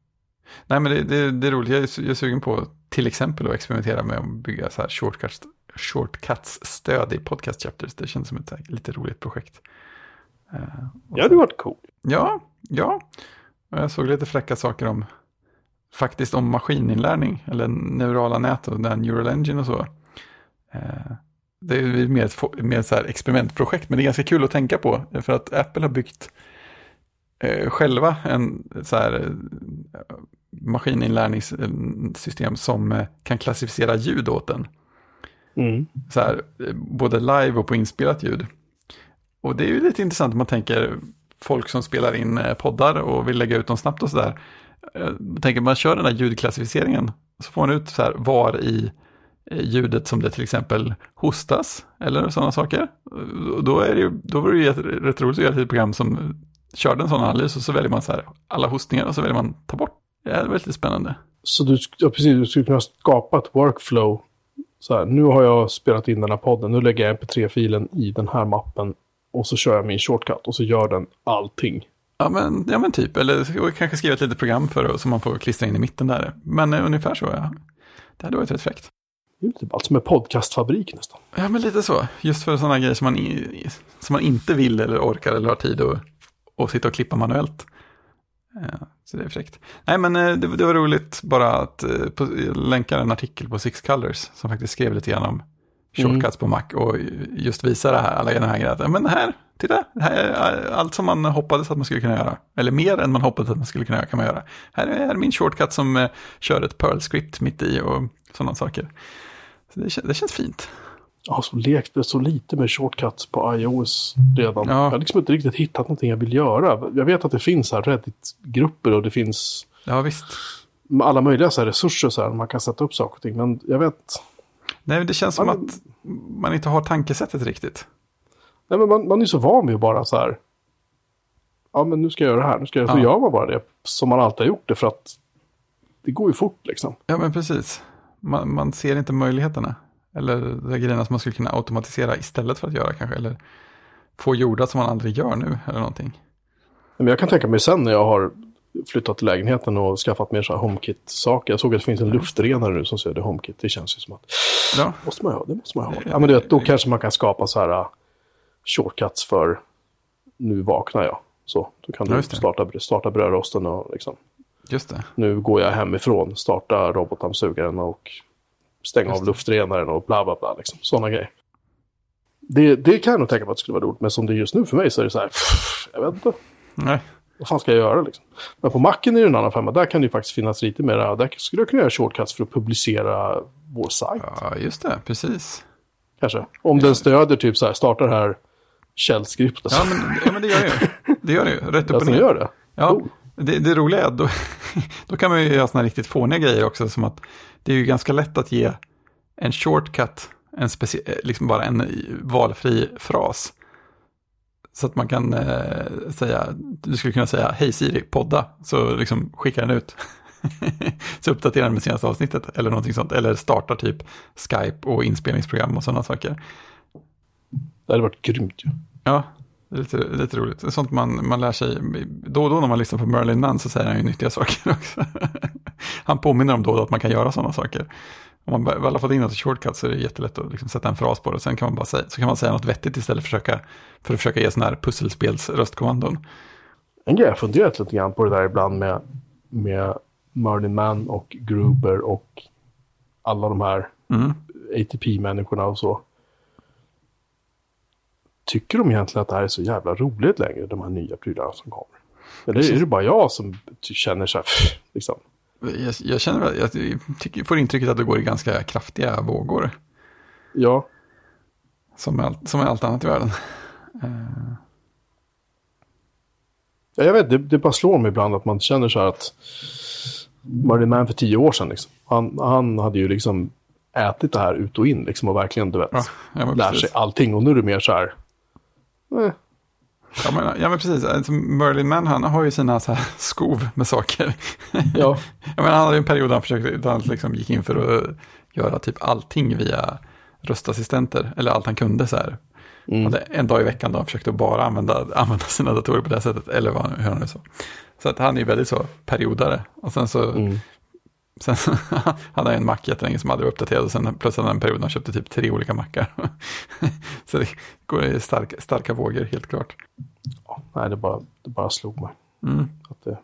Nej, men det, det, det är roligt. Jag är, jag är sugen på till exempel att experimentera med att bygga så här shortcuts, shortcuts-stöd i podcast chapters. Det känns som ett här, lite roligt projekt. Uh, ja, det var coolt. Ja, ja. Och jag såg lite fräcka saker om faktiskt om maskininlärning eller neurala nät och den neural engine och så. Uh, det är mer ett mer så här experimentprojekt, men det är ganska kul att tänka på för att Apple har byggt eh, själva en så här eh, maskininlärningssystem som eh, kan klassificera ljud åt den. Mm. Så här, eh, både live och på inspelat ljud. Och det är ju lite intressant om man tänker folk som spelar in eh, poddar och vill lägga ut dem snabbt och sådär. Eh, tänker man kör den här ljudklassificeringen så får man ut så här var i ljudet som det till exempel hostas eller sådana saker. Då är det ju, då var det ju rätt roligt att göra ett program som körde en sån analys och så väljer man så här alla hostningar och så väljer man ta bort. Det är väldigt spännande. Så du, ja, precis, du skulle kunna skapa ett workflow. Så här, nu har jag spelat in den här podden, nu lägger jag M P tre-filen i den här mappen och så kör jag min shortcut och så gör den allting. Ja men, ja, men typ, eller kanske skriva ett litet program för som man får klistra in i mitten där. Men eh, ungefär så, ja. Det hade varit rätt fräckt. Det är typ allt som är podcastfabrik nästan. Ja, men lite så. Just för sådana grejer som man, i, som man inte vill eller orkar eller har tid att och sitta och klippa manuellt. Ja, så det är fräckt. Nej, men det, det var roligt bara att på, länka en artikel på Six Colors som faktiskt skrev lite grann om shortcuts mm. på Mac och just visa det här, alla den här grejer. Men här, titta, det här är allt som man hoppades att man skulle kunna göra. Eller mer än man hoppades att man skulle kunna göra kan man göra. Här är min shortcut som eh, kör ett Perl-script mitt i och sådana saker. Så det, det känns fint. Jag har så lekt så lite med shortcuts på iOS redan. Ja. Jag har liksom inte riktigt hittat någonting jag vill göra. Jag vet att det finns här Reddit-grupper och det finns ja, visst. alla möjliga så här resurser så här, man kan sätta upp saker och ting. Men jag vet... Nej, det känns som man, att man inte har tankesättet riktigt. Nej, men man, man är så van vid att bara så här... Ja, men nu ska jag göra det här. Nu ska jag, ja. Så gör man bara det som man alltid har gjort det för att det går ju fort liksom. Ja, men precis. Man, man ser inte möjligheterna. Eller de grejerna som man skulle kunna automatisera istället för att göra kanske. Eller få gjorda som man aldrig gör nu eller någonting. Men jag kan tänka mig sen när jag har flyttat till lägenheten och skaffat mer så här HomeKit-saker. Jag såg att det finns en luftrenare nu som stöder HomeKit. Det känns ju som att ja. måste man ha, det måste man ha. Ja, men det, då kanske man kan skapa så här uh, shortcuts för nu vaknar jag. Så då kan du starta, starta brödrosten och liksom. Just det. Nu går jag hemifrån, starta robotdammsugaren och stänga Just av luftrenaren och bla bla bla. Liksom. Sådana grejer. Det, det kan jag nog tänka på att det skulle vara roligt. Men som det är just nu för mig så är det så här, pff, jag vet inte. Nej. Vad fan ska jag göra liksom? Men på Macen är det en annan femma. Där kan det ju faktiskt finnas lite mer. Där skulle jag kunna göra shortcuts för att publicera vår sajt. Ja, just det. Precis. Kanske. Om den stöder typ så här, startar här källskriptet. Ja men, ja, men det gör det ju. Det gör det ju. Rätt upp och ner. Gör det. Ja, oh. det, det roliga är att då, då kan man ju göra såna riktigt fåniga grejer också. Som att det är ju ganska lätt att ge en shortcut, en specie- liksom bara en valfri fras. Så att man kan eh, säga, du skulle kunna säga hej Siri, podda, så liksom skickar den ut. Så uppdaterar den med senaste avsnittet eller någonting sånt. Eller startar typ Skype och inspelningsprogram och sådana saker. Det hade varit grymt ju. Ja, det är lite, lite roligt. Det är sånt man, man lär sig. Då och då när man lyssnar på Merlin Mann så säger han ju nyttiga saker också. Han påminner om då och då att man kan göra sådana saker. Om man väl har fått in något i shortcut så är det jättelätt att liksom sätta en fras på det. Sen kan man bara säga, så kan man säga något vettigt istället för att försöka, för att försöka ge sådana här pusselspels röstkommandon. En grej jag funderat lite grann på det där ibland med, med Merlin Mann och Gruber och alla de här mm. A T P-människorna och så. Tycker de egentligen att det här är så jävla roligt längre, de här nya prylarna som kommer? Eller Precis. Är det bara jag som känner så här, liksom? Jag, jag känner, jag tycker, får intrycket att det går i ganska kraftiga vågor. Ja. Som är allt, som är allt annat i världen. Uh. Ja, jag vet, det, det bara slår mig ibland att man känner så här att Merlin Mann för tio år sedan, liksom, han, han hade ju liksom ätit det här ut och in liksom, och verkligen, du vet, ja, ja, lär sig allting. Och nu är det mer så här... Eh. Ja, men, ja, men precis. Alltså, Merlin Mann, han har ju sina så här skov med saker. Ja. Jag menar, han hade en period där han, försökte, där han liksom gick in för att göra typ allting via röstassistenter. Eller allt han kunde så här. Mm. Hade en dag i veckan då han försökte bara använda, använda sina datorer på det här sättet. Eller vad, hur han är så. Så att han är ju väldigt så periodare. Och sen så... Mm. Sen han hade en mack jättelänge som aldrig var uppdaterad och sen plötsligt den perioden han köpte typ tre olika mackar. Så det går i starka, starka vågor, helt klart. Ja, nej, det bara, det bara slog mig. Mm. Att det,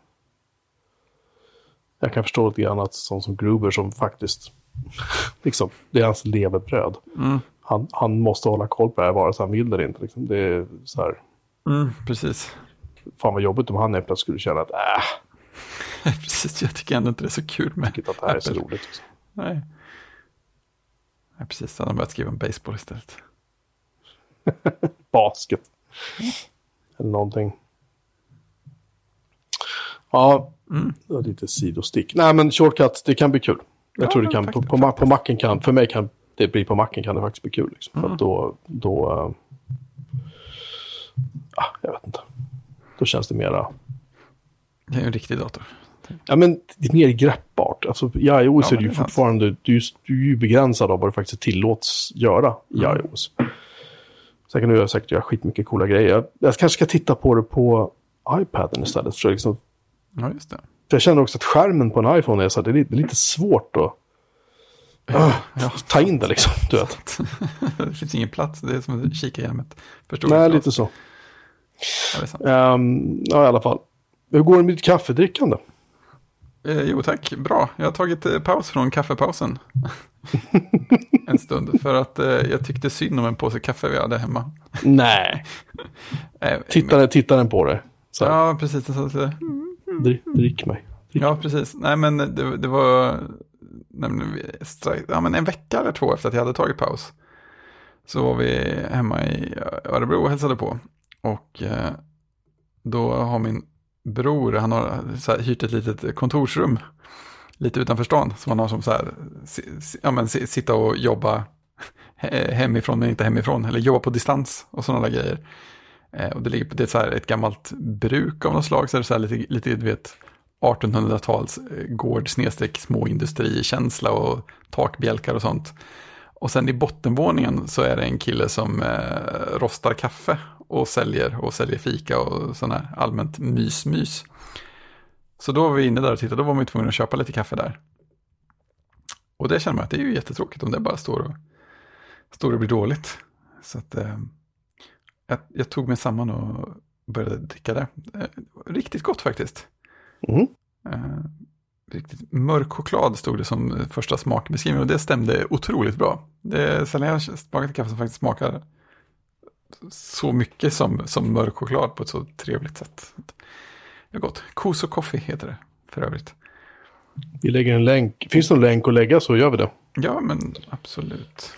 jag kan förstå lite grann att sån som Gruber som faktiskt liksom, det är hans levebröd. Mm. Han, han måste hålla koll på det här vare sig han vill eller inte. Liksom. Det är så här. Mm, precis. Fan vad jobbigt om han är plötsligt skulle känna att äh. Precis, jag tycker ändå inte det är så kul med jag tycker att det här är så roligt. Liksom. Nej. Nej, precis. Han har börjat skriva om baseball istället. Basket. Mm. Eller någonting. Ja, mm. Det är lite sidostick. Nej, men shortcut, det kan bli kul. Jag ja, tror det kan, faktiskt, på, på, på macken kan, för mig kan det bli på macken kan det faktiskt bli kul. Liksom. Mm. För att då, då äh, ah, jag vet inte. Då känns det mera... Det är ju en riktig dator. Ja, men det är mer greppbart. Alltså, i iOS ja, är det ju fortfarande, du är, du är ju begränsad av vad du faktiskt tillåts göra i mm. iOS. Sen kan du säkert göra skitmycket coola grejer. Jag, jag kanske ska titta på det på iPaden istället. För, liksom, ja, just det. För jag känner också att skärmen på en iPhone är så att det är lite, lite svårt att ja, ja. ta in det liksom. Du vet. Det finns ingen plats. Det är som att kika igenom ett förståelse. Nej, lite så. Ja, um, ja, i alla fall. Hur går det med ditt kaffedrickande? Eh, jo tack, bra. Jag har tagit eh, paus från kaffepausen. En stund. För att eh, jag tyckte synd om en påse kaffe vi hade hemma. Nej. eh, Tittade, men... Tittade på det. Så. Ja, precis. Så, så. Drick, drick mig. Drick ja, precis. Nej, men det, det var nej, men, strax, ja, men en vecka eller två efter att jag hade tagit paus. Så var vi hemma i Örebro och hälsade på. Och eh, då har min bror, han har så här, hyrt ett litet kontorsrum lite utanför stan som han har som så här, ja, men, sitta och jobba hemifrån men inte hemifrån, eller jobba på distans och sådana där grejer. Eh, och det ligger på det är så här ett gammalt bruk av något slag, så är det så här lite, lite du vet, artonhundratals gård snedstreck småindustrikänsla och takbjälkar och sånt. Och sen i bottenvåningen så är det en kille som eh, rostar kaffe och säljer och säljer fika och sån här allmänt mys-mys. Så då var vi inne där och tittade, då var man ju tvungen att köpa lite kaffe där. Och det känner man att det är ju jättetråkigt om det bara står och, står och blir dåligt. Så att eh, jag, jag tog mig samman och började dricka det. Eh, riktigt gott faktiskt. Mm. Eh, riktigt mörk choklad stod det som första smakbeskrivning och det stämde otroligt bra. Det är sällan jag har smakat kaffe som faktiskt smakar så mycket som, som mörk choklad på ett så trevligt sätt. Det är gott. Koso Coffee heter det för övrigt. Vi lägger en länk. Finns det någon länk att lägga så gör vi det. Ja, men absolut.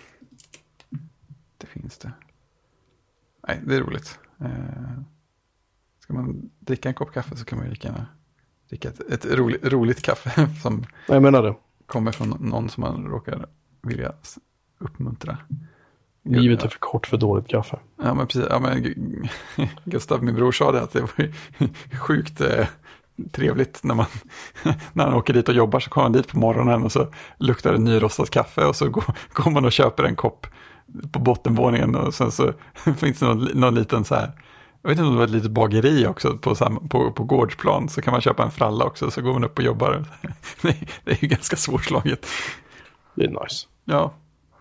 Det finns det. Nej, det är roligt. Eh, ska man dricka en kopp kaffe så kan man ju lika gärna dricka ett, ett roligt, roligt kaffe som jag menar det. Kommer från någon som man råkar vilja uppmuntra. Livet är för kort för dåligt kaffe. Ja, men precis. Ja, men Gustav, min bror, sa det att det var sjukt eh, trevligt när man när han åker dit och jobbar, så kommer han dit på morgonen och så luktar det nyrostat kaffe och så går, går man och köper en kopp på bottenvåningen och sen så finns det någon, någon liten så här, jag vet inte om det var ett litet bageri också på, på, på gårdsplan, så kan man köpa en fralla också så går man upp och jobbar. Det, det är ju ganska svårslaget. Det är nice. Ja.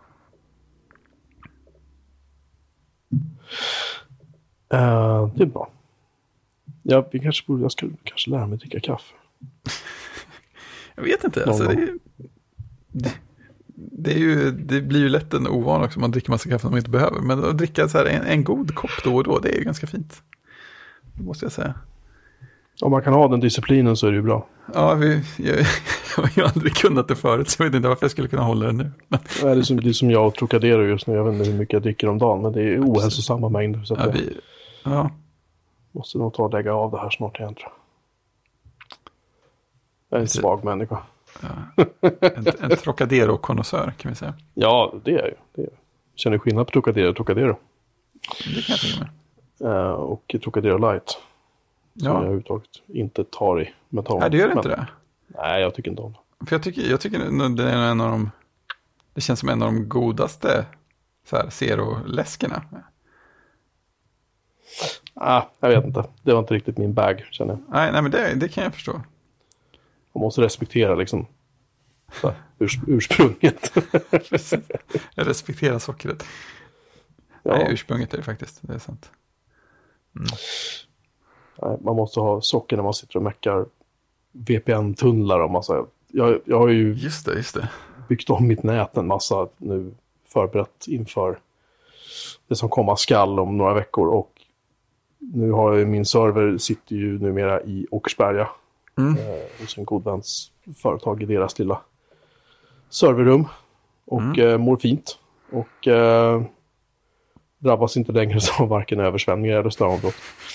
Uh, det är bra. Ja, vi kanske borde, jag ska kanske lära mig att dricka kaffe. Jag vet inte. Alltså, det, är, det, det, är ju, det blir ju lätt en ovan också. Man dricker massa kaffe som man inte behöver. Men att dricka så här en, en god kopp då och då, det är ju ganska fint. Det måste jag säga. Om man kan ha den disciplinen så är det ju bra. Ja, vi, jag, jag har ju aldrig kunnat det förut, så jag vet inte varför jag skulle kunna hålla det nu. Men... Ja, det, är som, det är som jag och Trocadero just nu. Jag vet inte hur mycket jag dricker om dagen, men det är ohälsosamma mängder. Så att ja, vi, ja. Måste nog ta och lägga av det här snart igen, tror jag. Jag är en svag människa. Ja. En, en Trocadero-konnoissör kan vi säga. Ja, det är ju. Det är. Jag känner skillnad på Trocadero och Trocadero. Det kan jag tänka mig. Uh, och Trocadero Light. Som ja. jag överhuvudtaget inte tar i metall. Nej, det gör men, inte det. Nej, jag tycker inte om det. För jag tycker, jag tycker det är en av de, det känns som en av de godaste så här zero-läskerna. Ah, jag vet inte. Det var inte riktigt min bag, känner jag. Nej, nej men det, det kan jag förstå. Man måste respektera liksom så, urs, ursprunget. Jag respekterar sockret. Ja. Nej, ursprunget är det faktiskt. Det är sant. Mm. Nej, man måste ha socker när man sitter och mäckar V P N-tunnlar och massa. Jag, jag har ju just det, just det. byggt om mitt nät en massa nu, förberett inför det som komma skall om några veckor, och nu har jag, min server sitter ju numera i Åkersberga mm. eh, hos en god väns företag i deras lilla serverrum och mm. eh, mår fint och eh, drabbas inte längre som varken översvämningar eller strömavbrott.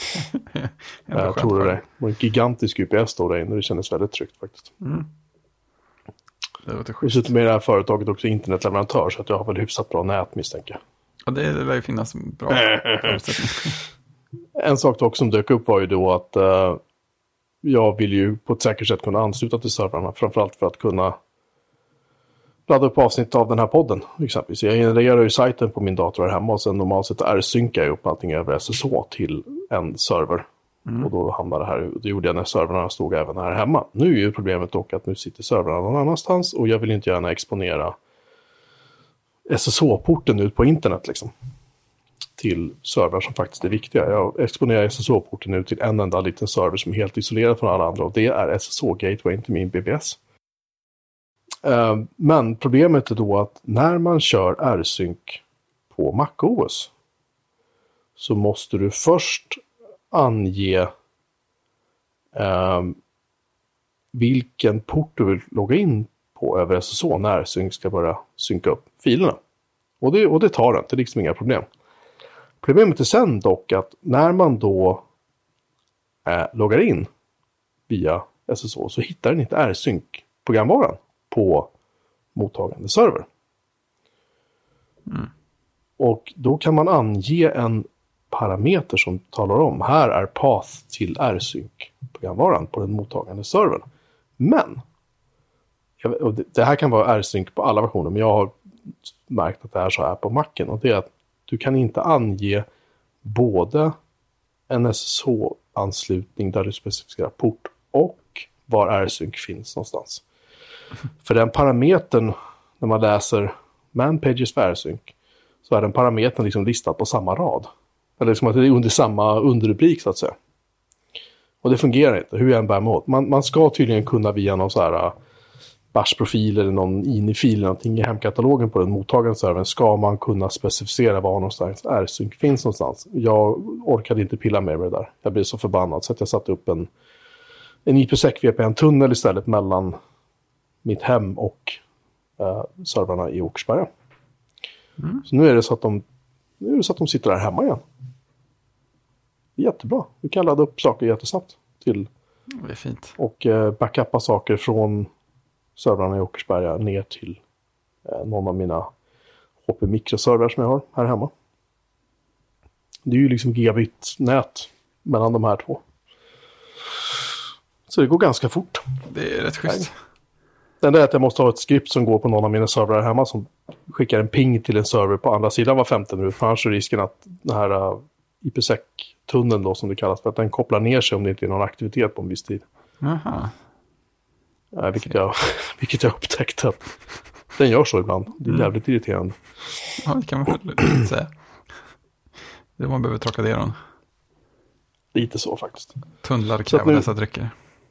Jag tror det. Det var en gigantisk U P S då där inne, det kändes väldigt tryggt faktiskt. Mm. Det låter schysst. Dessutom med det här företaget också internetleverantör, så att jag har väl hyfsat bra nät, misstänker jag. Ja, det lär ju finnas bra förutsättningar. En sak dock som dök upp var ju då att uh, jag vill ju på ett säkert sätt kunna ansluta till servrarna, framförallt för att kunna ladda upp avsnitt av den här podden exempelvis. Jag genererar ju sajten på min dator här hemma och sen normalt sett R-synkar jag upp allting över S S H till en server. Mm. Och då hamnar det här, det gjorde jag när servrarna stod även här hemma. Nu är ju problemet dock att nu sitter servrarna någon annanstans och jag vill inte gärna exponera S S H-porten ut på internet liksom, till servrar som faktiskt är viktiga. Jag exponerar S S H-porten ut till en enda liten server som är helt isolerad från alla andra, och det är S S H-gateway till min B B S. Uh, men problemet är då att när man kör R-sync på MacOS så måste du först ange uh, vilken port du vill logga in på över S S H när R-sync ska börja synka upp filerna. Och det, och det tar det, det är liksom inga problem. Problemet är sen dock att när man då uh, loggar in via S S H så hittar den inte R-sync-programvaran på mottagande server. Mm. Och då kan man ange en parameter som talar om här är path till R-sync-programvaran på den mottagande servern. Men och det här kan vara R-sync på alla versioner, men jag har märkt att det är så här på Macen, och det är att du kan inte ange både en S S H-anslutning där du specificerar port och var R-sync finns någonstans. För den parametern, när man läser manpages för R-sync, så är den parametern liksom listad på samma rad. Eller liksom att det är under samma underrubrik så att säga. Och det fungerar inte, hur jag än bär mig åt. Man, man ska tydligen kunna via någon så här bash-profil eller någon I N I-fil eller någonting i hemkatalogen på den mottagande servern, ska man kunna specificera var någonstans R-sync finns någonstans. Jag orkade inte pilla med det där. Jag blev så förbannad så att jag satte upp en, en I P sec V P N-tunnel istället mellan mitt hem och uh, servrarna i Åkersberga. Mm. Så nu är det så att de nu är det så att de sitter där hemma igen. Det är jättebra. Du kan ladda upp saker jättesnabbt till det är fint. Och uh, backuppa saker från servrarna i Åkersberga ner till uh, någon av mina H P mikroservrar som jag har här hemma. Det är ju liksom gigabit-nät mellan de här två. Så det går ganska fort. Det är rätt schysst. Det enda är att jag måste ha ett skript som går på någon av mina servrar hemma som skickar en ping till en server på andra sidan var femte minut. För annars är risken att den här uh, I P sec-tunneln då, som det kallas, för att den kopplar ner sig om det inte är någon aktivitet på en viss tid. Aha. Uh, vilket, jag, vilket jag upptäckte att den gör så ibland. Det är mm. jävligt irriterande. Ja, det kan man väl säga. Det man behöver tråka ner den. Lite så faktiskt. Tunnlar kräver nu... dessa drycker.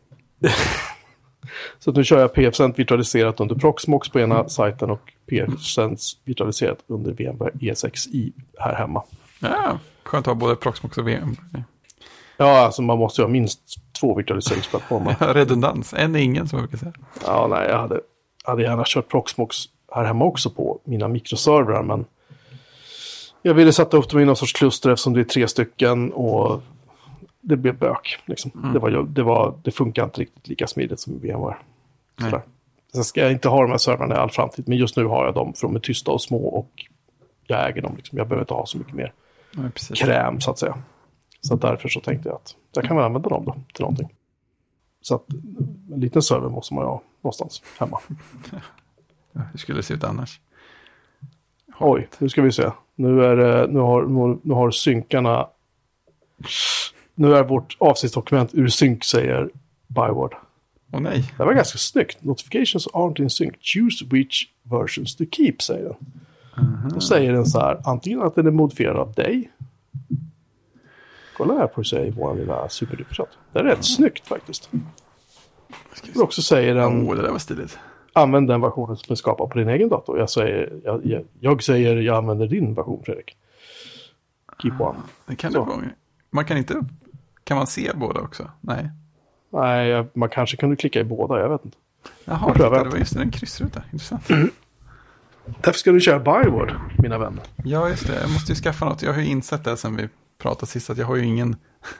Så att nu kör jag P F-cent virtualiserat under Proxmox på ena sajten och P F-cent virtualiserat under V M Ware E sex i här hemma. Ja, skönt att ha både Proxmox och V M. Ja, alltså man måste ju ha minst två virtualiseringsplattformar. Ja, redundans. En är ingen, som jag brukar säga. Ja, nej, jag hade, hade gärna kört Proxmox här hemma också på mina mikroservrar, men jag ville sätta upp dem i någon sorts kluster eftersom det är tre stycken och det blev bök. Liksom. Mm. Det, var, det, var, det funkar inte riktigt lika smidigt som V M Ware. Sen ska jag inte ha de här servrarna i all framtid, men just nu har jag dem för de är tysta och små och jag äger dem. Liksom. Jag behöver inte ha så mycket mer ja, kräm så att säga. Så att därför så tänkte jag att jag kan väl använda dem då till någonting. Så att en liten server måste man ha någonstans hemma. Hur skulle det se ut annars? Oj, nu ska vi se. Nu, är det, nu, har, nu har synkarna Nu är vårt avsnittsdokument ur synk, säger Byword. Åh nej. Det var ganska snyggt. Notifications aren't in sync. Choose which versions to keep, säger den. Uh-huh. Då säger den så här, antingen att den är modifierad av dig. Kolla här på sig vår lilla superduperchatt. Det är rätt uh-huh. snyggt faktiskt. Och också säger den, oh, det där var stiligt. Använd den versionen som är skapad på din egen dator. Jag säger, jag, jag, jag säger, jag använder din version, Fredrik. Keep one. Det kan det vara. Man kan inte, kan man se båda också? Nej. Nej, man kanske kunde klicka i båda, jag vet inte. Jaha, det var just en kryssruta. Intressant. Mm. Därför ska du köra Byword, mina vänner. Ja, just det. Jag måste ju skaffa något. Jag har ju insett det sen vi pratade sist, att jag har ju ingen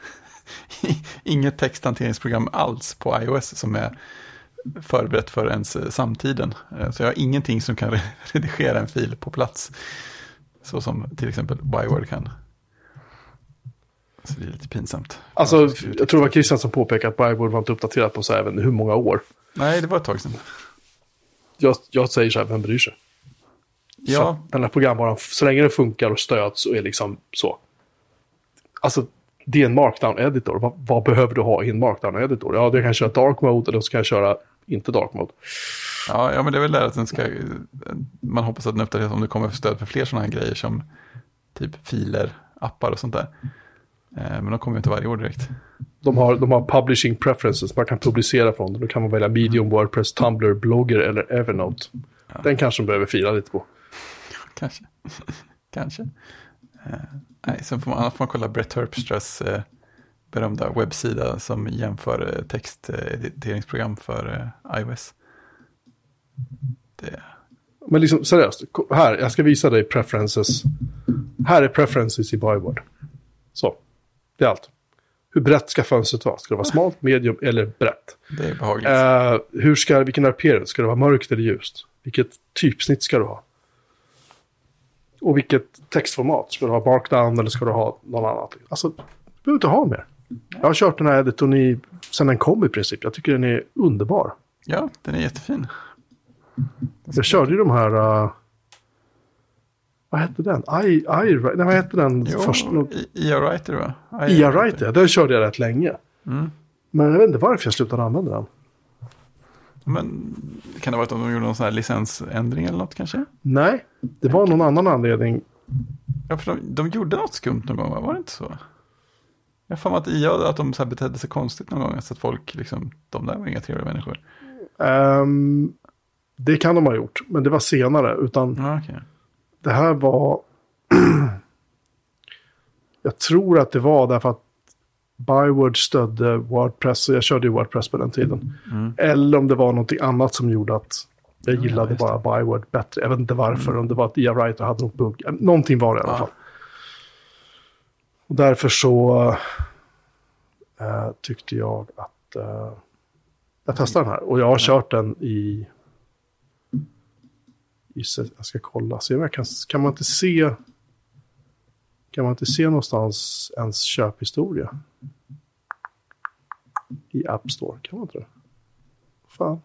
inget texthanteringsprogram alls på iOS som är förberett för ens samtiden. Så jag har ingenting som kan redigera en fil på plats. Så som till exempel Byword kan. Så det är lite pinsamt. Alltså, jag tror det var Christian som påpekade att Byword var inte uppdaterat på så här, även hur många år. Nej, det var ett tag sedan. Jag, jag säger så här, vem bryr sig? Ja. Så, den här programvaran, så länge den funkar och stöds så är liksom så. Alltså, det är en markdown-editor. Vad, vad behöver du ha i en markdown-editor? Ja, jag kan köra dark mode eller så kan jag köra inte dark mode. Ja, ja men det är väl där att den ska, man hoppas att den uppdateras om det kommer för stöd för fler sådana här grejer som typ filer, appar och sånt där. Men de kommer ju inte varje år direkt. De har, de har publishing preferences. Man kan publicera från det. Då kan man välja Medium, Wordpress, Tumblr, Blogger eller Evernote. Ja. Den kanske de behöver fila lite på. Kanske. kanske. Uh, nej, sen får man, annars får man kolla Brett Terpstras uh, berömda webbsida som jämför uh, textediteringsprogram för uh, iOS. Det. Men liksom seriöst, här, jag ska visa dig preferences. Här är preferences i Byword. Så, det är allt. Hur brett ska fönstret vara? Ska det vara smalt, medium eller brett? Det är behagligt. Uh, hur ska, vilken appearance? Ska det vara mörkt eller ljust? Vilket typsnitt ska du ha? Och vilket textformat? Ska du ha markdown eller ska du ha någon annan? Alltså, du behöver inte ha mer. Jag har kört den här editorn i, sen den kom i princip. Jag tycker den är underbar. Ja, den är jättefin. Jag körde ju de här... Uh, vad hette den? I, I, nej, vad hette den? Jo, först? I A Writer va? I A Writer, den körde jag rätt länge. Mm. Men jag vet inte varför jag slutade använda den. Men kan det vara att de gjorde någon sån här licensändring eller något kanske? Nej, det var någon annan anledning. Ja, för de, de gjorde något skumt någon gång, var det inte så? Jag får att I A att de så här betedde sig konstigt någon gång, så att folk liksom, de där var inga trevliga människor. Um, det kan de ha gjort, men det var senare. Utan ja, okay. Det här var... jag tror att det var därför att Byword stödde WordPress, och jag körde ju WordPress på den tiden. Mm. Eller om det var något annat som gjorde att jag gillade ja, bara Byword bättre. Jag vet inte varför, mm. om det var att I A Writer hade något bugg. Någonting var det i alla ja. fall. Och därför så äh, tyckte jag att äh, jag testade den här. Och jag har ja. kört den i... i jag ska kolla. Se om jag kan, kan man inte se... Kan man inte se någonstans ens köphistoria? I App Store, kan man inte det? Fan.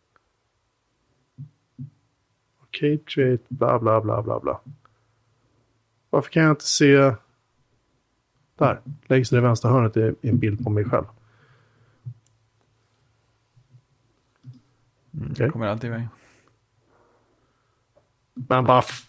Okej, okay, create, bla bla bla bla bla. Varför kan jag inte se... Där, längst i det vänstra hörnet är en bild på mig själv. Mm, okay. Kommer alltid iväg. Men bara... F-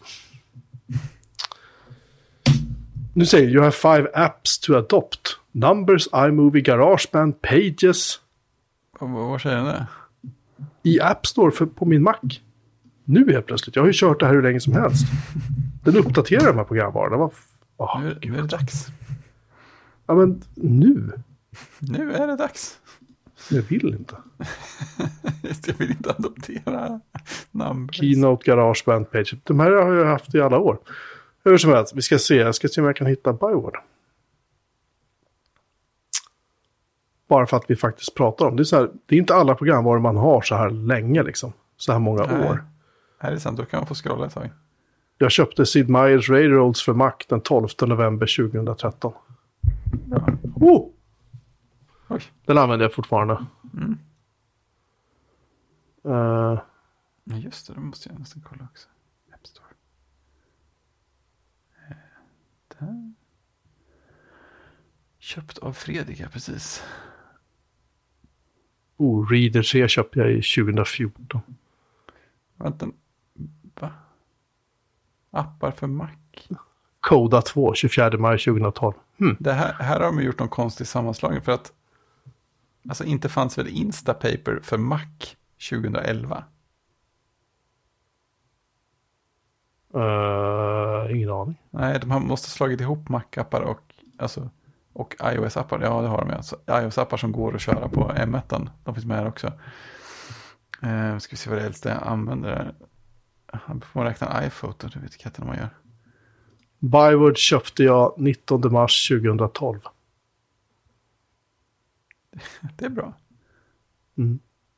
Nu säger you have five apps to adopt. Numbers, iMovie, GarageBand, Pages. Och vad säger den där? I App Store för, på min Mac. Nu helt plötsligt. Jag har ju kört det här hur länge som helst. Den uppdaterar de här programvarorna. Var f- oh, nu, nu är det dags. Ja, men nu. Nu är det dags. Jag vill inte. Jag vill inte adoptera Numbers. Keynote, GarageBand, Pages. De här har jag haft i alla år. Hur som helst, vi ska se. Jag ska se om jag kan hitta Byword. Bara för att vi faktiskt pratar om det. Är så här, det är inte alla programvaror man har så här länge liksom. Så här många Nej. år. Är det sant? Då kan man få scrolla ett tag. Jag köpte Sid Meier's Railroads för Mac den tolfte november tjugohundratretton. Ja. Oh! Oj. Den använder jag fortfarande. Mm. Uh, ja, just det. Det måste jag nästan kolla också. App Store. Köpt av Fredrik, ja, precis. Oh, Reader tre köpte jag i tjugohundrafjorton. Vänta, va? Appar för Mac? Coda två, tjugofjärde maj tjugohundratolv. Hmm. Det här, här har de gjort någon konstig sammanslagning för att alltså inte fanns väl Instapaper för Mac tjugohundraelva? Uh, ingen aning. Nej, de har, måste ha slagit ihop Mac-appar och, alltså, och iOS-appar. Ja, det har de. Alltså, iOS-appar som går att köra på M ett. De finns med här också. Uh, ska vi se vad det äldsta jag använder. Han får man räkna en iPhoto, du vet inte vad man gör. Byword köpte jag nittonde mars tjugohundratolv. Det är bra. Mm.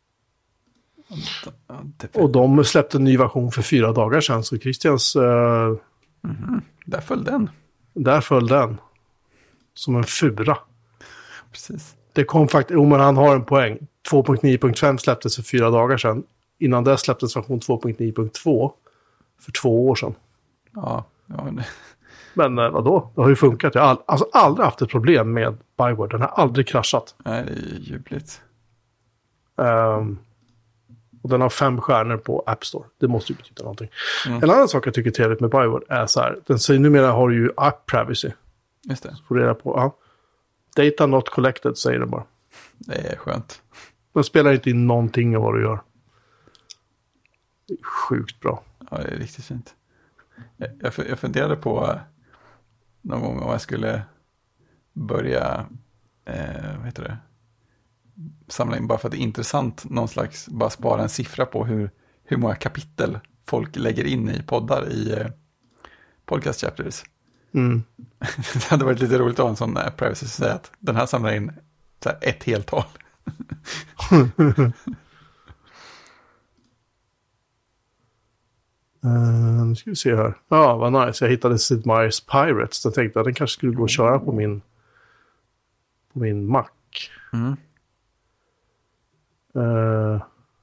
Och de släppte en ny version för fyra dagar sedan. Så Christians... Uh, mm-hmm. Där föll den. Där föll den. Som en fura. Precis. Det kom faktiskt... Oh, men han har en poäng. två punkt nio punkt fem släpptes för fyra dagar sedan. Innan det släpptes version två punkt nio punkt två. För två år sedan. Ja, ja men... Men eh, vadå? Det har ju funkat. Jag har all, alltså aldrig haft ett problem med Byword. Den har aldrig kraschat. Nej, det är ljuvligt. Um, och den har fem stjärnor på App Store. Det måste ju betyda någonting. Mm. En annan sak jag tycker är trevligt med Byword är så här. Den säger numera har du ju app privacy. Just det. Så får reda på. Ja. Data not collected säger den bara. Det är skönt. Den spelar inte in någonting av vad du gör. Det är sjukt bra. Ja, det är riktigt fint. Jag, jag, jag funderade på uh, någon gång om jag skulle börja eh, vad heter det? Samla in bara för att det är intressant någon slags, bara spara en siffra på hur, hur många kapitel folk lägger in i poddar i eh, podcast chapters. Mm. Det hade varit lite roligt att ha en sån uh, privacy som säger att den här samlar in så här, ett helt tal. Uh, nu ska vi se här. Ja, ah, vad nice. Jag hittade Sid Meier's Pirates. Jag tänkte att den kanske skulle gå att köra på min på min Mac. Mm. Uh,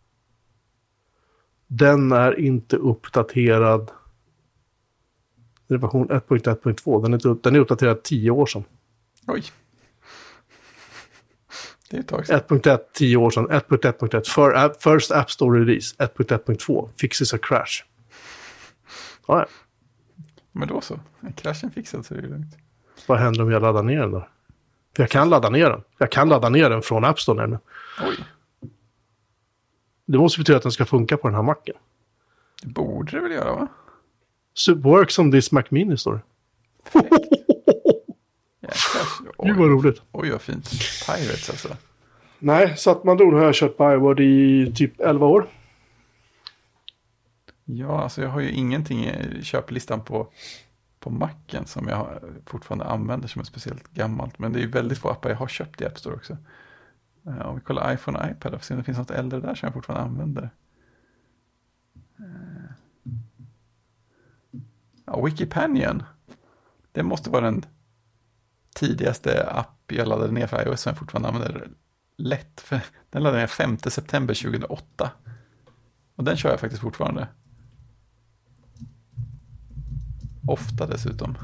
den är inte uppdaterad. Det är version ett punkt ett punkt två. Den är, den är uppdaterad tio år sedan. Oj. Det är ett tag sedan. ett punkt ett, tio år sedan. ett punkt ett punkt ett. För app, first App Store Release. ett punkt ett punkt två. Fixes a crash. Ja, ja. Men då så. Kraschen fixad så är det lugnt. Vad händer om jag laddar ner den då? För jag kan ladda ner den. Jag kan ladda ner den från App Store nu. Oj. Det måste betyda att den ska funka på den här macken. Det borde det väl göra, va? So works on this Mac Mini Store. Gud vad roligt. Oj, vad fint. Pirates alltså. Nej, så att man då har jag kört Byword i typ elva år. Ja, alltså jag har ju ingenting i köplistan på, på Macen som jag fortfarande använder som är speciellt gammalt. Men det är ju väldigt få appar jag har köpt i App Store också. Uh, om vi kollar iPhone och iPad och ser om det finns något äldre där som jag fortfarande använder. Uh. Ja, Wikipanion. Det måste vara den tidigaste app jag laddade ner för iOS som jag fortfarande använder lätt. För den laddade jag femte september tjugohundraåtta. Och den kör jag faktiskt fortfarande. Ofta dessutom.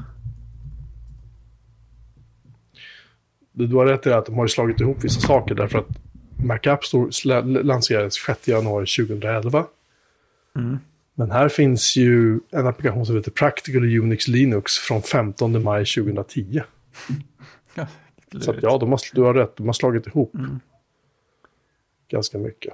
Du har rätt i att de har slagit ihop vissa saker därför att Mac App Store lanserades sjätte januari tjugohundraelva. Mm. Men här finns ju en applikation som heter Practical Unix Linux från femtonde maj tjugohundratio. Ja, så att, ja, de har, du har rätt. De har slagit ihop mm. ganska mycket.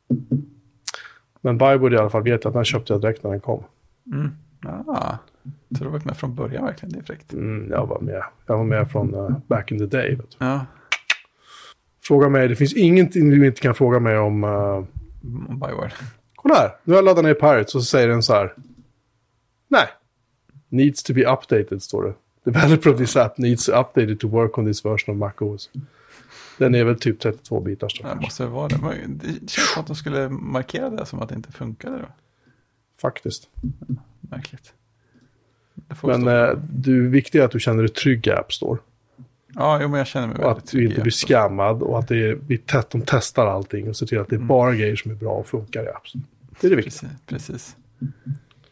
Men Byword i alla fall vet jag att den köpte jag direkt när den kom. Mm. Ah, så du har varit med från början verkligen, det är fräckt. Mm, jag var med. Jag var med från uh, back in the day. Vet du. Ja. Fråga mig, det finns ingenting du inte kan fråga mig om... Uh... Byword. Kolla här, nu har jag laddat ner Pirates och så säger den så här. Nej. Needs to be updated, står det. Developer of this app needs to update it to work on this version of macOS. Den är väl typ trettiotvå bitar. Det måste vara det. Det känns som att de skulle markera det som att det inte funkade då. Faktiskt. Märkligt. Men eh, det viktiga är att du känner dig trygg i App Store. Ja, jo, men jag känner mig väldigt trygg. Och att du inte blir skammad och att det är, vi test, de testar allting och ser till att det är mm. bara grejer som är bra och funkar i App Store. Det är det viktiga. Precis. precis.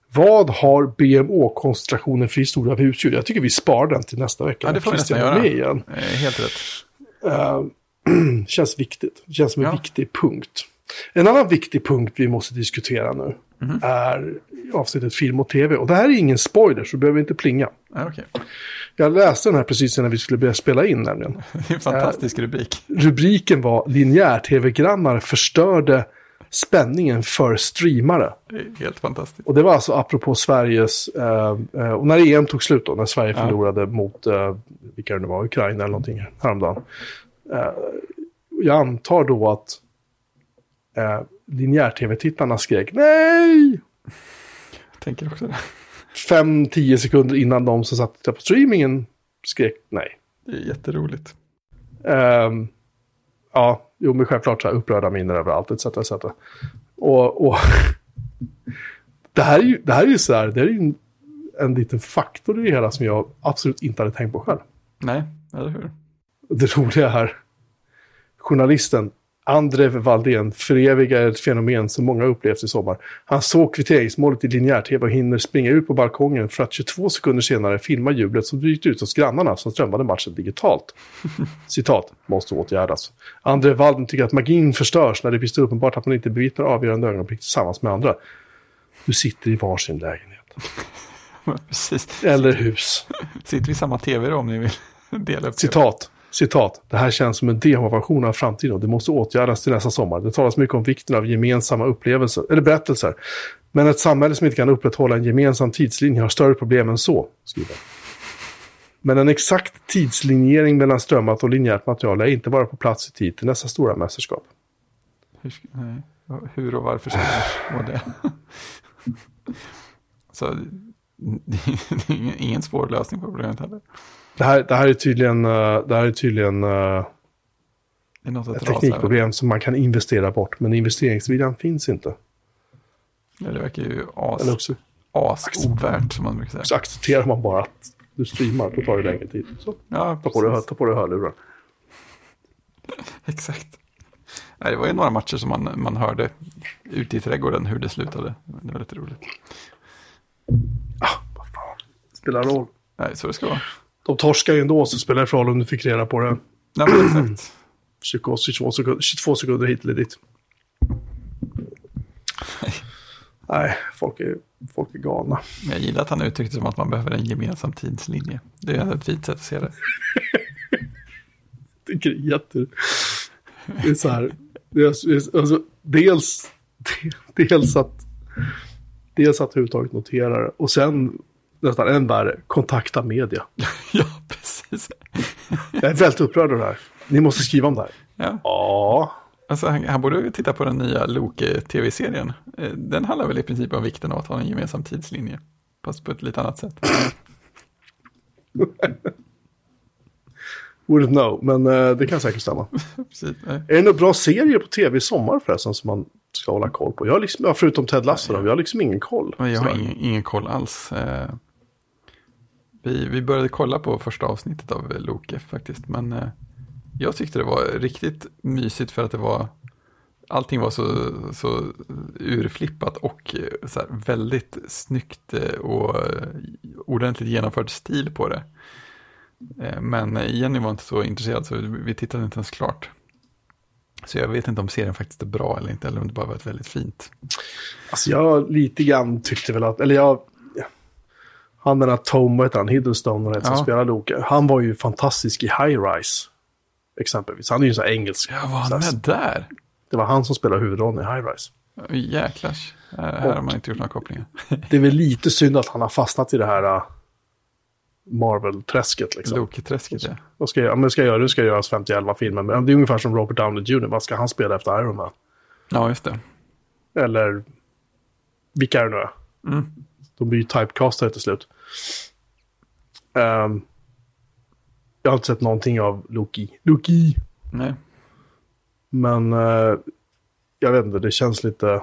Vad har B M Å-koncentrationen för historia av husdjur? Jag tycker vi sparar den till nästa vecka. Ja, det får vi nästan göra. Igen. Helt rätt. Uh, känns viktigt. Det känns som en ja. viktig punkt. En annan viktig punkt vi måste diskutera nu mm. är avsnittet film och tv. Och det här är ingen spoiler, så du behöver inte plinga. Ja, okay. Jag läste den här precis när vi skulle börja spela in nämligen. Det är en fantastisk uh, rubrik. Rubriken var linjär-tv-grannar förstörde spänningen för streamare. Det är helt fantastiskt. Och det var alltså apropå Sveriges, uh, uh, och när E M tog slut då, när Sverige ja. förlorade mot, uh, vilka det nu var, Ukraina eller någonting häromdagen. Uh, jag antar då att uh, linjär-tv-tittarna skrek nej! Jag tänker också det. Fem, tio sekunder innan de som satt på streamingen skrek nej. Det är jätteroligt. Um, ja, jo men självklart så här upprörda minnen överallt, et cetera et cetera. Och, och det här är ju, det här är ju så här, det är ju en, en liten faktor i det hela som jag absolut inte hade tänkt på själv. Nej, eller hur? Det roliga här, journalisten André Valdén förevigar ett fenomen som många upplevt i sommar. Han såg kvitteringsmålet i linjär-tv och hinner springa ut på balkongen för att tjugotvå sekunder senare filma jublet som bryter ut hos grannarna som strömmade matchen digitalt. Citat, måste åtgärdas. André Valdén tycker att magin förstörs när det blir så uppenbart att man inte bevittnar avgörande ögonblick tillsammans med andra. Du sitter i varsin lägenhet. Precis. Eller hus. Sitter vi i samma tv då om ni vill dela upp det. Citat. Citat, det här känns som en demonstration av framtiden och det måste åtgärdas till nästa sommar. Det talas mycket om vikten av gemensamma upplevelser, eller berättelser. Men ett samhälle som inte kan upprätthålla en gemensam tidslinje har större problem än så, skriver. Men en exakt tidslinjering mellan strömmat och linjärt material är inte bara på plats i tid till nästa stora mästerskap. Hur, nej, hur och varför ska det vara det? Så det är ingen svår lösning på problemet heller. Det här, det här är tydligen, uh, det här är tydligen uh, det är ett teknikproblem som man kan investera bort. Men investeringsviljan finns inte. Ja, det verkar ju as, också, as ovärt som man brukar säga. Så accepterar man bara att du streamar, då tar det längre tid. Så ja, ta, på det, ta på det hörlurar. Exakt. Nej, det var ju några matcher som man, man hörde ute i trädgården hur det slutade. Det var lite roligt. Ah, vad fan. Spelar roll. Nej, så det ska vara. De torskar ju ändå, så spelar det för roll om du fick reda på det. Ja, men exakt. tjugotvå, sekunder, tjugotvå sekunder hit eller dit. Nej, Nej folk, är, folk är galna. Jag gillar att han uttryckte som att man behöver en gemensam tidslinje. Det är ett fint sätt att se det. Det är jätte... Det är så här... Det är, alltså, dels, dels att... Dels att överhuvudtaget notera det. Och sen... Nästan än värre, kontakta media. Ja, precis. Jag är väldigt upprörd av det här. Ni måste skriva om det här. Ja. Ja. Alltså, han, han borde titta på den nya Loke-tv-serien. Den handlar väl i princip om vikten av att ha en gemensam tidslinje. Fast på ett lite annat sätt. Wouldn't know, men uh, det kan säkert stämma. Precis, är det några bra serier på tv i sommar förresten som man ska hålla koll på? Jag har liksom, förutom Ted Lasso, då, jag har liksom ingen koll. Men jag har ingen, ingen koll alls. Eh, vi, vi började kolla på första avsnittet av Loke faktiskt, men eh, jag tyckte det var riktigt mysigt för att det var allting var så, så urflippat och så här, väldigt snyggt och ordentligt genomförd stil på det. Men Jenny var inte så intresserad så vi tittade inte ens klart. Så jag vet inte om serien faktiskt är bra eller inte, eller om det bara var ett väldigt fint. Alltså jag lite grann tyckte väl att, eller jag, han den här Tom, vad heter han, Hiddleston ja. som spelar Loke, han var ju fantastisk i High Rise exempelvis. Han är ju så engelsk. Ja, var han med där? Det var han som spelade huvudrollen i High Rise. Jäklars. Här har man inte gjort några kopplingar. Det är väl lite synd att han har fastnat i det här Marvel-träsket. Liksom. Loki-träsket, ja. Vad ska jag, men ska jag göra? Nu ska jag göra femtio filmer. Men det är ungefär som Robert Downey junior Vad ska han spela efter Iron Man? Ja, just det. Eller vilka är det nu är? Mm. De blir ju typecastade till slut. Um, jag har inte sett någonting av Loki. Loki! Nej. Men uh, jag vet inte, det känns lite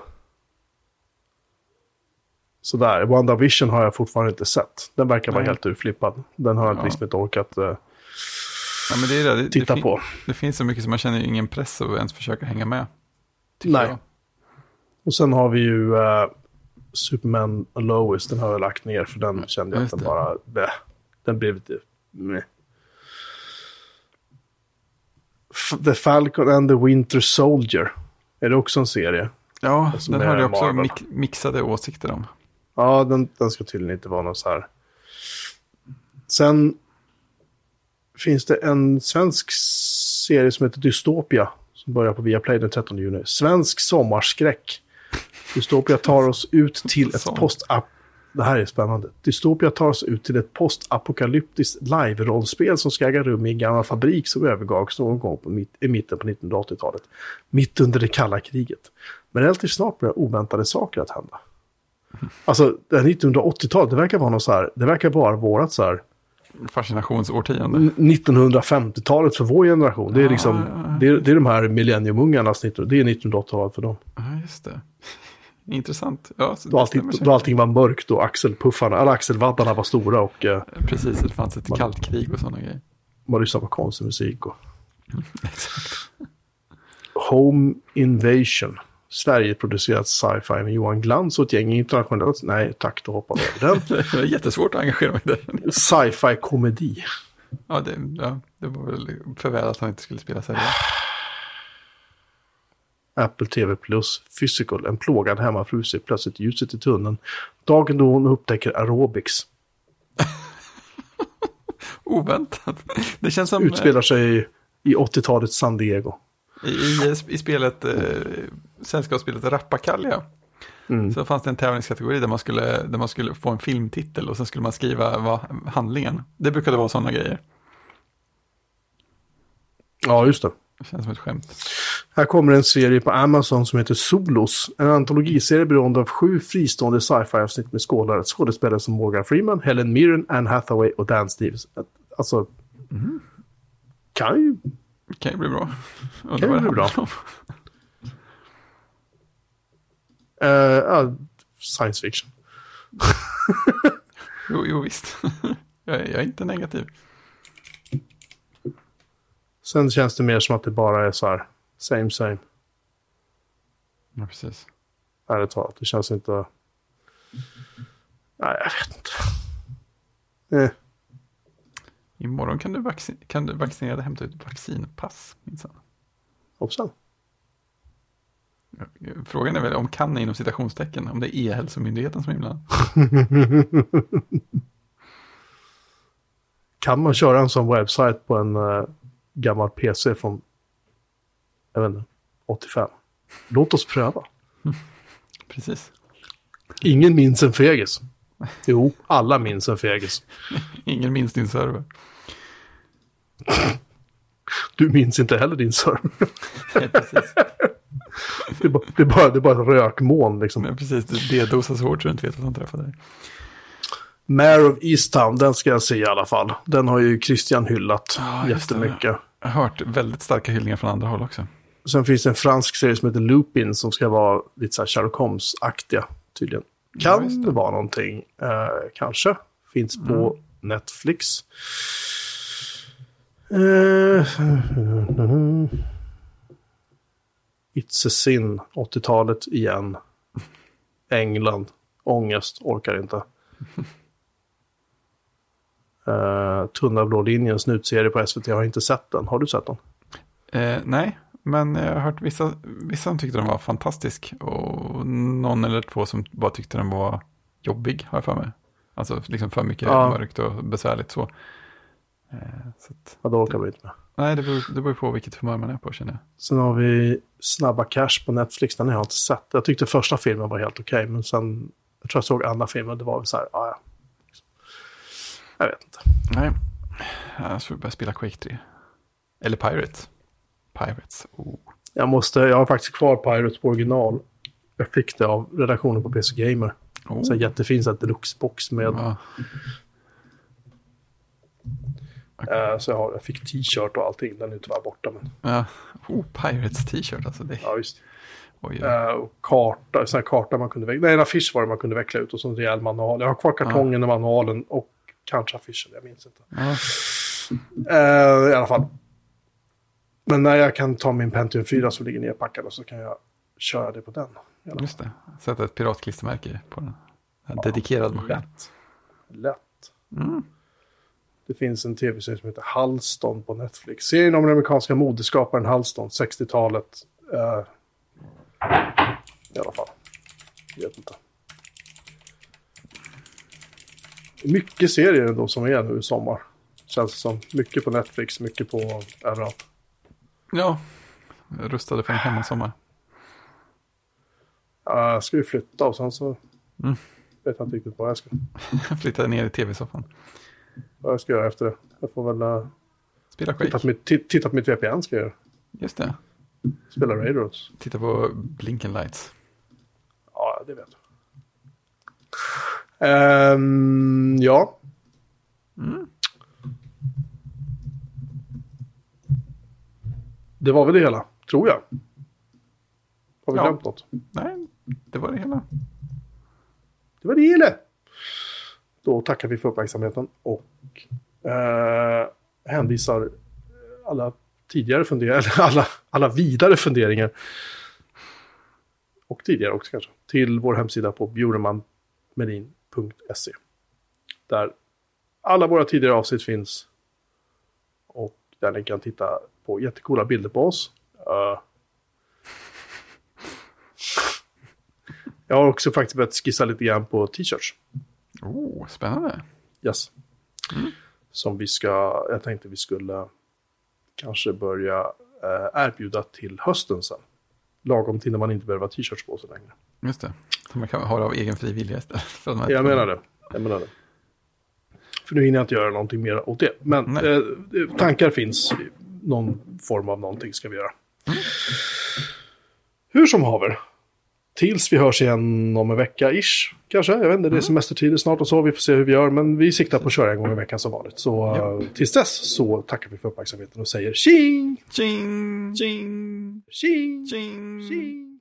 sådär. WandaVision har jag fortfarande inte sett. Den verkar vara Nej. helt urflippad. Den har jag ja. liksom inte orkat uh, ja, men det är det. titta det på. Det finns så mycket som man känner ingen press att ens försöka hänga med. Nej. Jag. Och sen har vi ju uh, Superman och Lois, den har jag lagt ner för den kände jag att den bara, bleh, den blev lite, meh. The Falcon and the Winter Soldier, är det också en serie? Ja, den hade jag också Marvel. mix- mixade åsikter om. Ja, den, den ska tydligen inte vara någon så här. Sen finns det en svensk serie som heter Dystopia som börjar på Viaplay den trettonde juni. Svensk sommarskräck. Dystopia tar oss ut till ett Sån. post-ap... Det här är spännande. Dystopia tar oss ut till ett post-apokalyptiskt live-rollspel som ska äga rum i en gammal fabrik som övergavs någon gång på mitt, i mitten på nittonhundraåttiotalet. Mitt under det kalla kriget. Men relativt snart börjar oväntade saker att hända. Alltså, det här nittonhundraåttiotalet, det verkar vara något så här, det verkar vara vårat så här Fascinationsårtionde. nittonhundrafemtiotalet för vår generation. Det är Ja, liksom, ja, ja. det är, det är de här millenniumungarnas nitton, det är nittonhundraåttiotalet för dem. Ja, just det. Intressant. Ja, så Då det allting, stämmer säkert. då allting var mörkt och axelpuffarna, alla axelvaddarna var stora och eh, Precis, det fanns ett Man- kallt krig och sådana grejer. man lyssnade på konstig musik. Och... Exakt. Home Invasion. Sverigeproducerat sci-fi med Johan Glans och ett gäng internationellt. Nej, tack, då hoppar vi över den. Det var jättesvårt att engagera mig där. Sci-fi komedi. Ja, det, ja, det var väl för väl att han inte skulle spela seriöst. Apple T V Plus, Physical, en plågad hemmafru ser plötsligt ljuset i tunneln. Dagen då hon upptäcker aerobics. Oväntat. Det känns som... Utspelar sig i åttiotalets San Diego. I, i, i spelet, eh, sällskapsspelet Rappakalja, Mm. så fanns det en tävlingskategori där man, skulle, där man skulle få en filmtitel och sen skulle man skriva vad, handlingen. Det brukade vara sådana grejer. Ja, just det. Det känns som ett skämt. Här kommer en serie på Amazon som heter Solos. En antologiserie bestående av sju fristående sci-fi-avsnitt med skådare. Skådespelare som Morgan Freeman, Helen Mirren, Anne Hathaway och Dan Stevens. Alltså, Mm. kan ju... Det kan ju bli bra. Undrar Kan ju vad det bli handlar bra. om. Uh, ja, science fiction. Jo, jo visst. jag, är, jag är inte negativ. Sen känns det mer som att det bara är så här, same same. Ja, precis. Ärligt talat, det känns inte... Nej, jag vet inte. Eh. Imorgon kan du, vaccin- kan du vaccinera dig och hämta ut vaccinpass, minsann. Hoppsan. Frågan är väl om kan är inom citationstecken, om det är E-hälsomyndigheten som är inblandad. Kan man köra en sån webbsajt på en uh, gammal P C från, jag vet inte, åttiofem? Låt oss pröva. Precis. Ingen minns en fegis. Jo, alla minns en fegis. Ingen minns din server. Du minns inte heller din server. Nej, precis. Det är bara, det är bara, det är bara ett rökmoln liksom. Men precis, du dedosar så hårt så du inte vet att han träffade dig. Mare of Easttown, den ska jag se i alla fall. Den har ju Christian hyllat Ja, just det. jättemycket. Jag har hört väldigt starka hyllningar från andra håll också. Sen finns det en fransk serie som heter Lupin som ska vara lite så här Sherlock Holmes-aktiga tydligen. Kan Ja, just det. det. vara någonting? Eh, kanske. Finns på Mm. Netflix. Eh, It's a sin, åttiotalet igen. England, ångest, orkar inte. Uh, Tunna blå linjen, snutserie på S V T, jag har inte sett den. Har du sett den? Eh, nej, men jag har hört vissa, vissa som tyckte den var fantastisk. Och någon eller två som bara tyckte den var jobbig, har jag för mig. Alltså liksom för mycket Ja. mörkt och besvärligt så. Eh, så att, Ja, då orkar vi inte med. nej, det beror, det beror på vilket humör man är på, känner jag. Sen har vi Snabba Cash på Netflix, den har jag inte sett. Jag tyckte första filmen var helt okej, men sen, jag tror jag såg andra filmen, det var väl så här, ja, ja. Jag vet inte. Nej, jag skulle börja spela Quake tre. Eller Pirates. Pirates, oh. Jag måste, jag har faktiskt kvar Pirates på original. Jag fick det av redaktionen på P C Gamer. Oh. Så en jättefin så här deluxe-box med, Ja. eh, så jag, har, jag fick t-shirt och allting, den är tyvärr borta. Men, Ja. Oh, Pirates t-shirt, alltså det. ja, visst. Oj, oj. Eh, och karta, sån här karta man kunde veckla, nej, en affisch var det man kunde veckla ut och så en rejäl manual. Jag har kvar kartongen och manualen och kanske affischen, jag minns inte. Ja. Eh, I alla fall. Men när jag kan ta min Pentium fyra som ligger nerpackad så kan jag köra det på den. Just det, sätta ett piratklistermärke på den. En ja, dedikerad maskin. Lätt. Lätt. Mm. Det finns en tv-serie som heter Halston på Netflix. Serien om den amerikanska modeskaparen Halston, sextiotalet. Uh, I alla fall. Jag vet inte. Mycket serier då som är nu i sommar. Känns det som. Mycket på Netflix, mycket på överallt. Ja, jag rustade för en hemmasommar. Jag uh, ska ju flytta och sen så mm. vet jag inte riktigt vad jag ska. Flytta ner i tv-soffan. Vad jag ska göra efter det. Jag får väl uh, spela titta på, mitt, titta på mitt V P N ska jag göra. Just det. Spela Raiders. Titta på Blinken Lights. Ja, det vet jag. Um, ja. Mm. Det var väl det hela, tror jag. Har vi ja. glömt något? Nej, det var det hela. Det var det hela. Då tackar vi för uppmärksamheten och eh, hänvisar alla tidigare funderingar, alla, alla vidare funderingar och tidigare också kanske, till vår hemsida på bjuremanmelin punkt se där alla våra tidigare avsnitt finns och där ni kan titta på jättekola bilder på oss. Uh, jag har också faktiskt börjat skissa lite grann på t-shirts. Oh, spännande. Yes. Mm. Som vi ska, jag tänkte vi skulle kanske börja eh, erbjuda till hösten sen. Lagom till när man inte behöver ha t-shirts på sig längre. Just det. Så man kan ha det av egen fri vilja istället. För att man jag menar det. Jag menar det. För nu hinner jag inte göra någonting mer åt det. Men eh, tankar finns. Någon form av någonting ska vi göra. Mm. Hur som haver. Tills vi hörs igen om en vecka-ish. Kanske, jag vet inte, det är semestertider snart och så. Vi får se hur vi gör, men vi siktar på att köra en gång i veckan som vanligt. Så ja. uh, tills dess så tackar vi för uppmärksamheten och säger tjing! Tjing! Tjing! Tjing! Tjing! Tjing!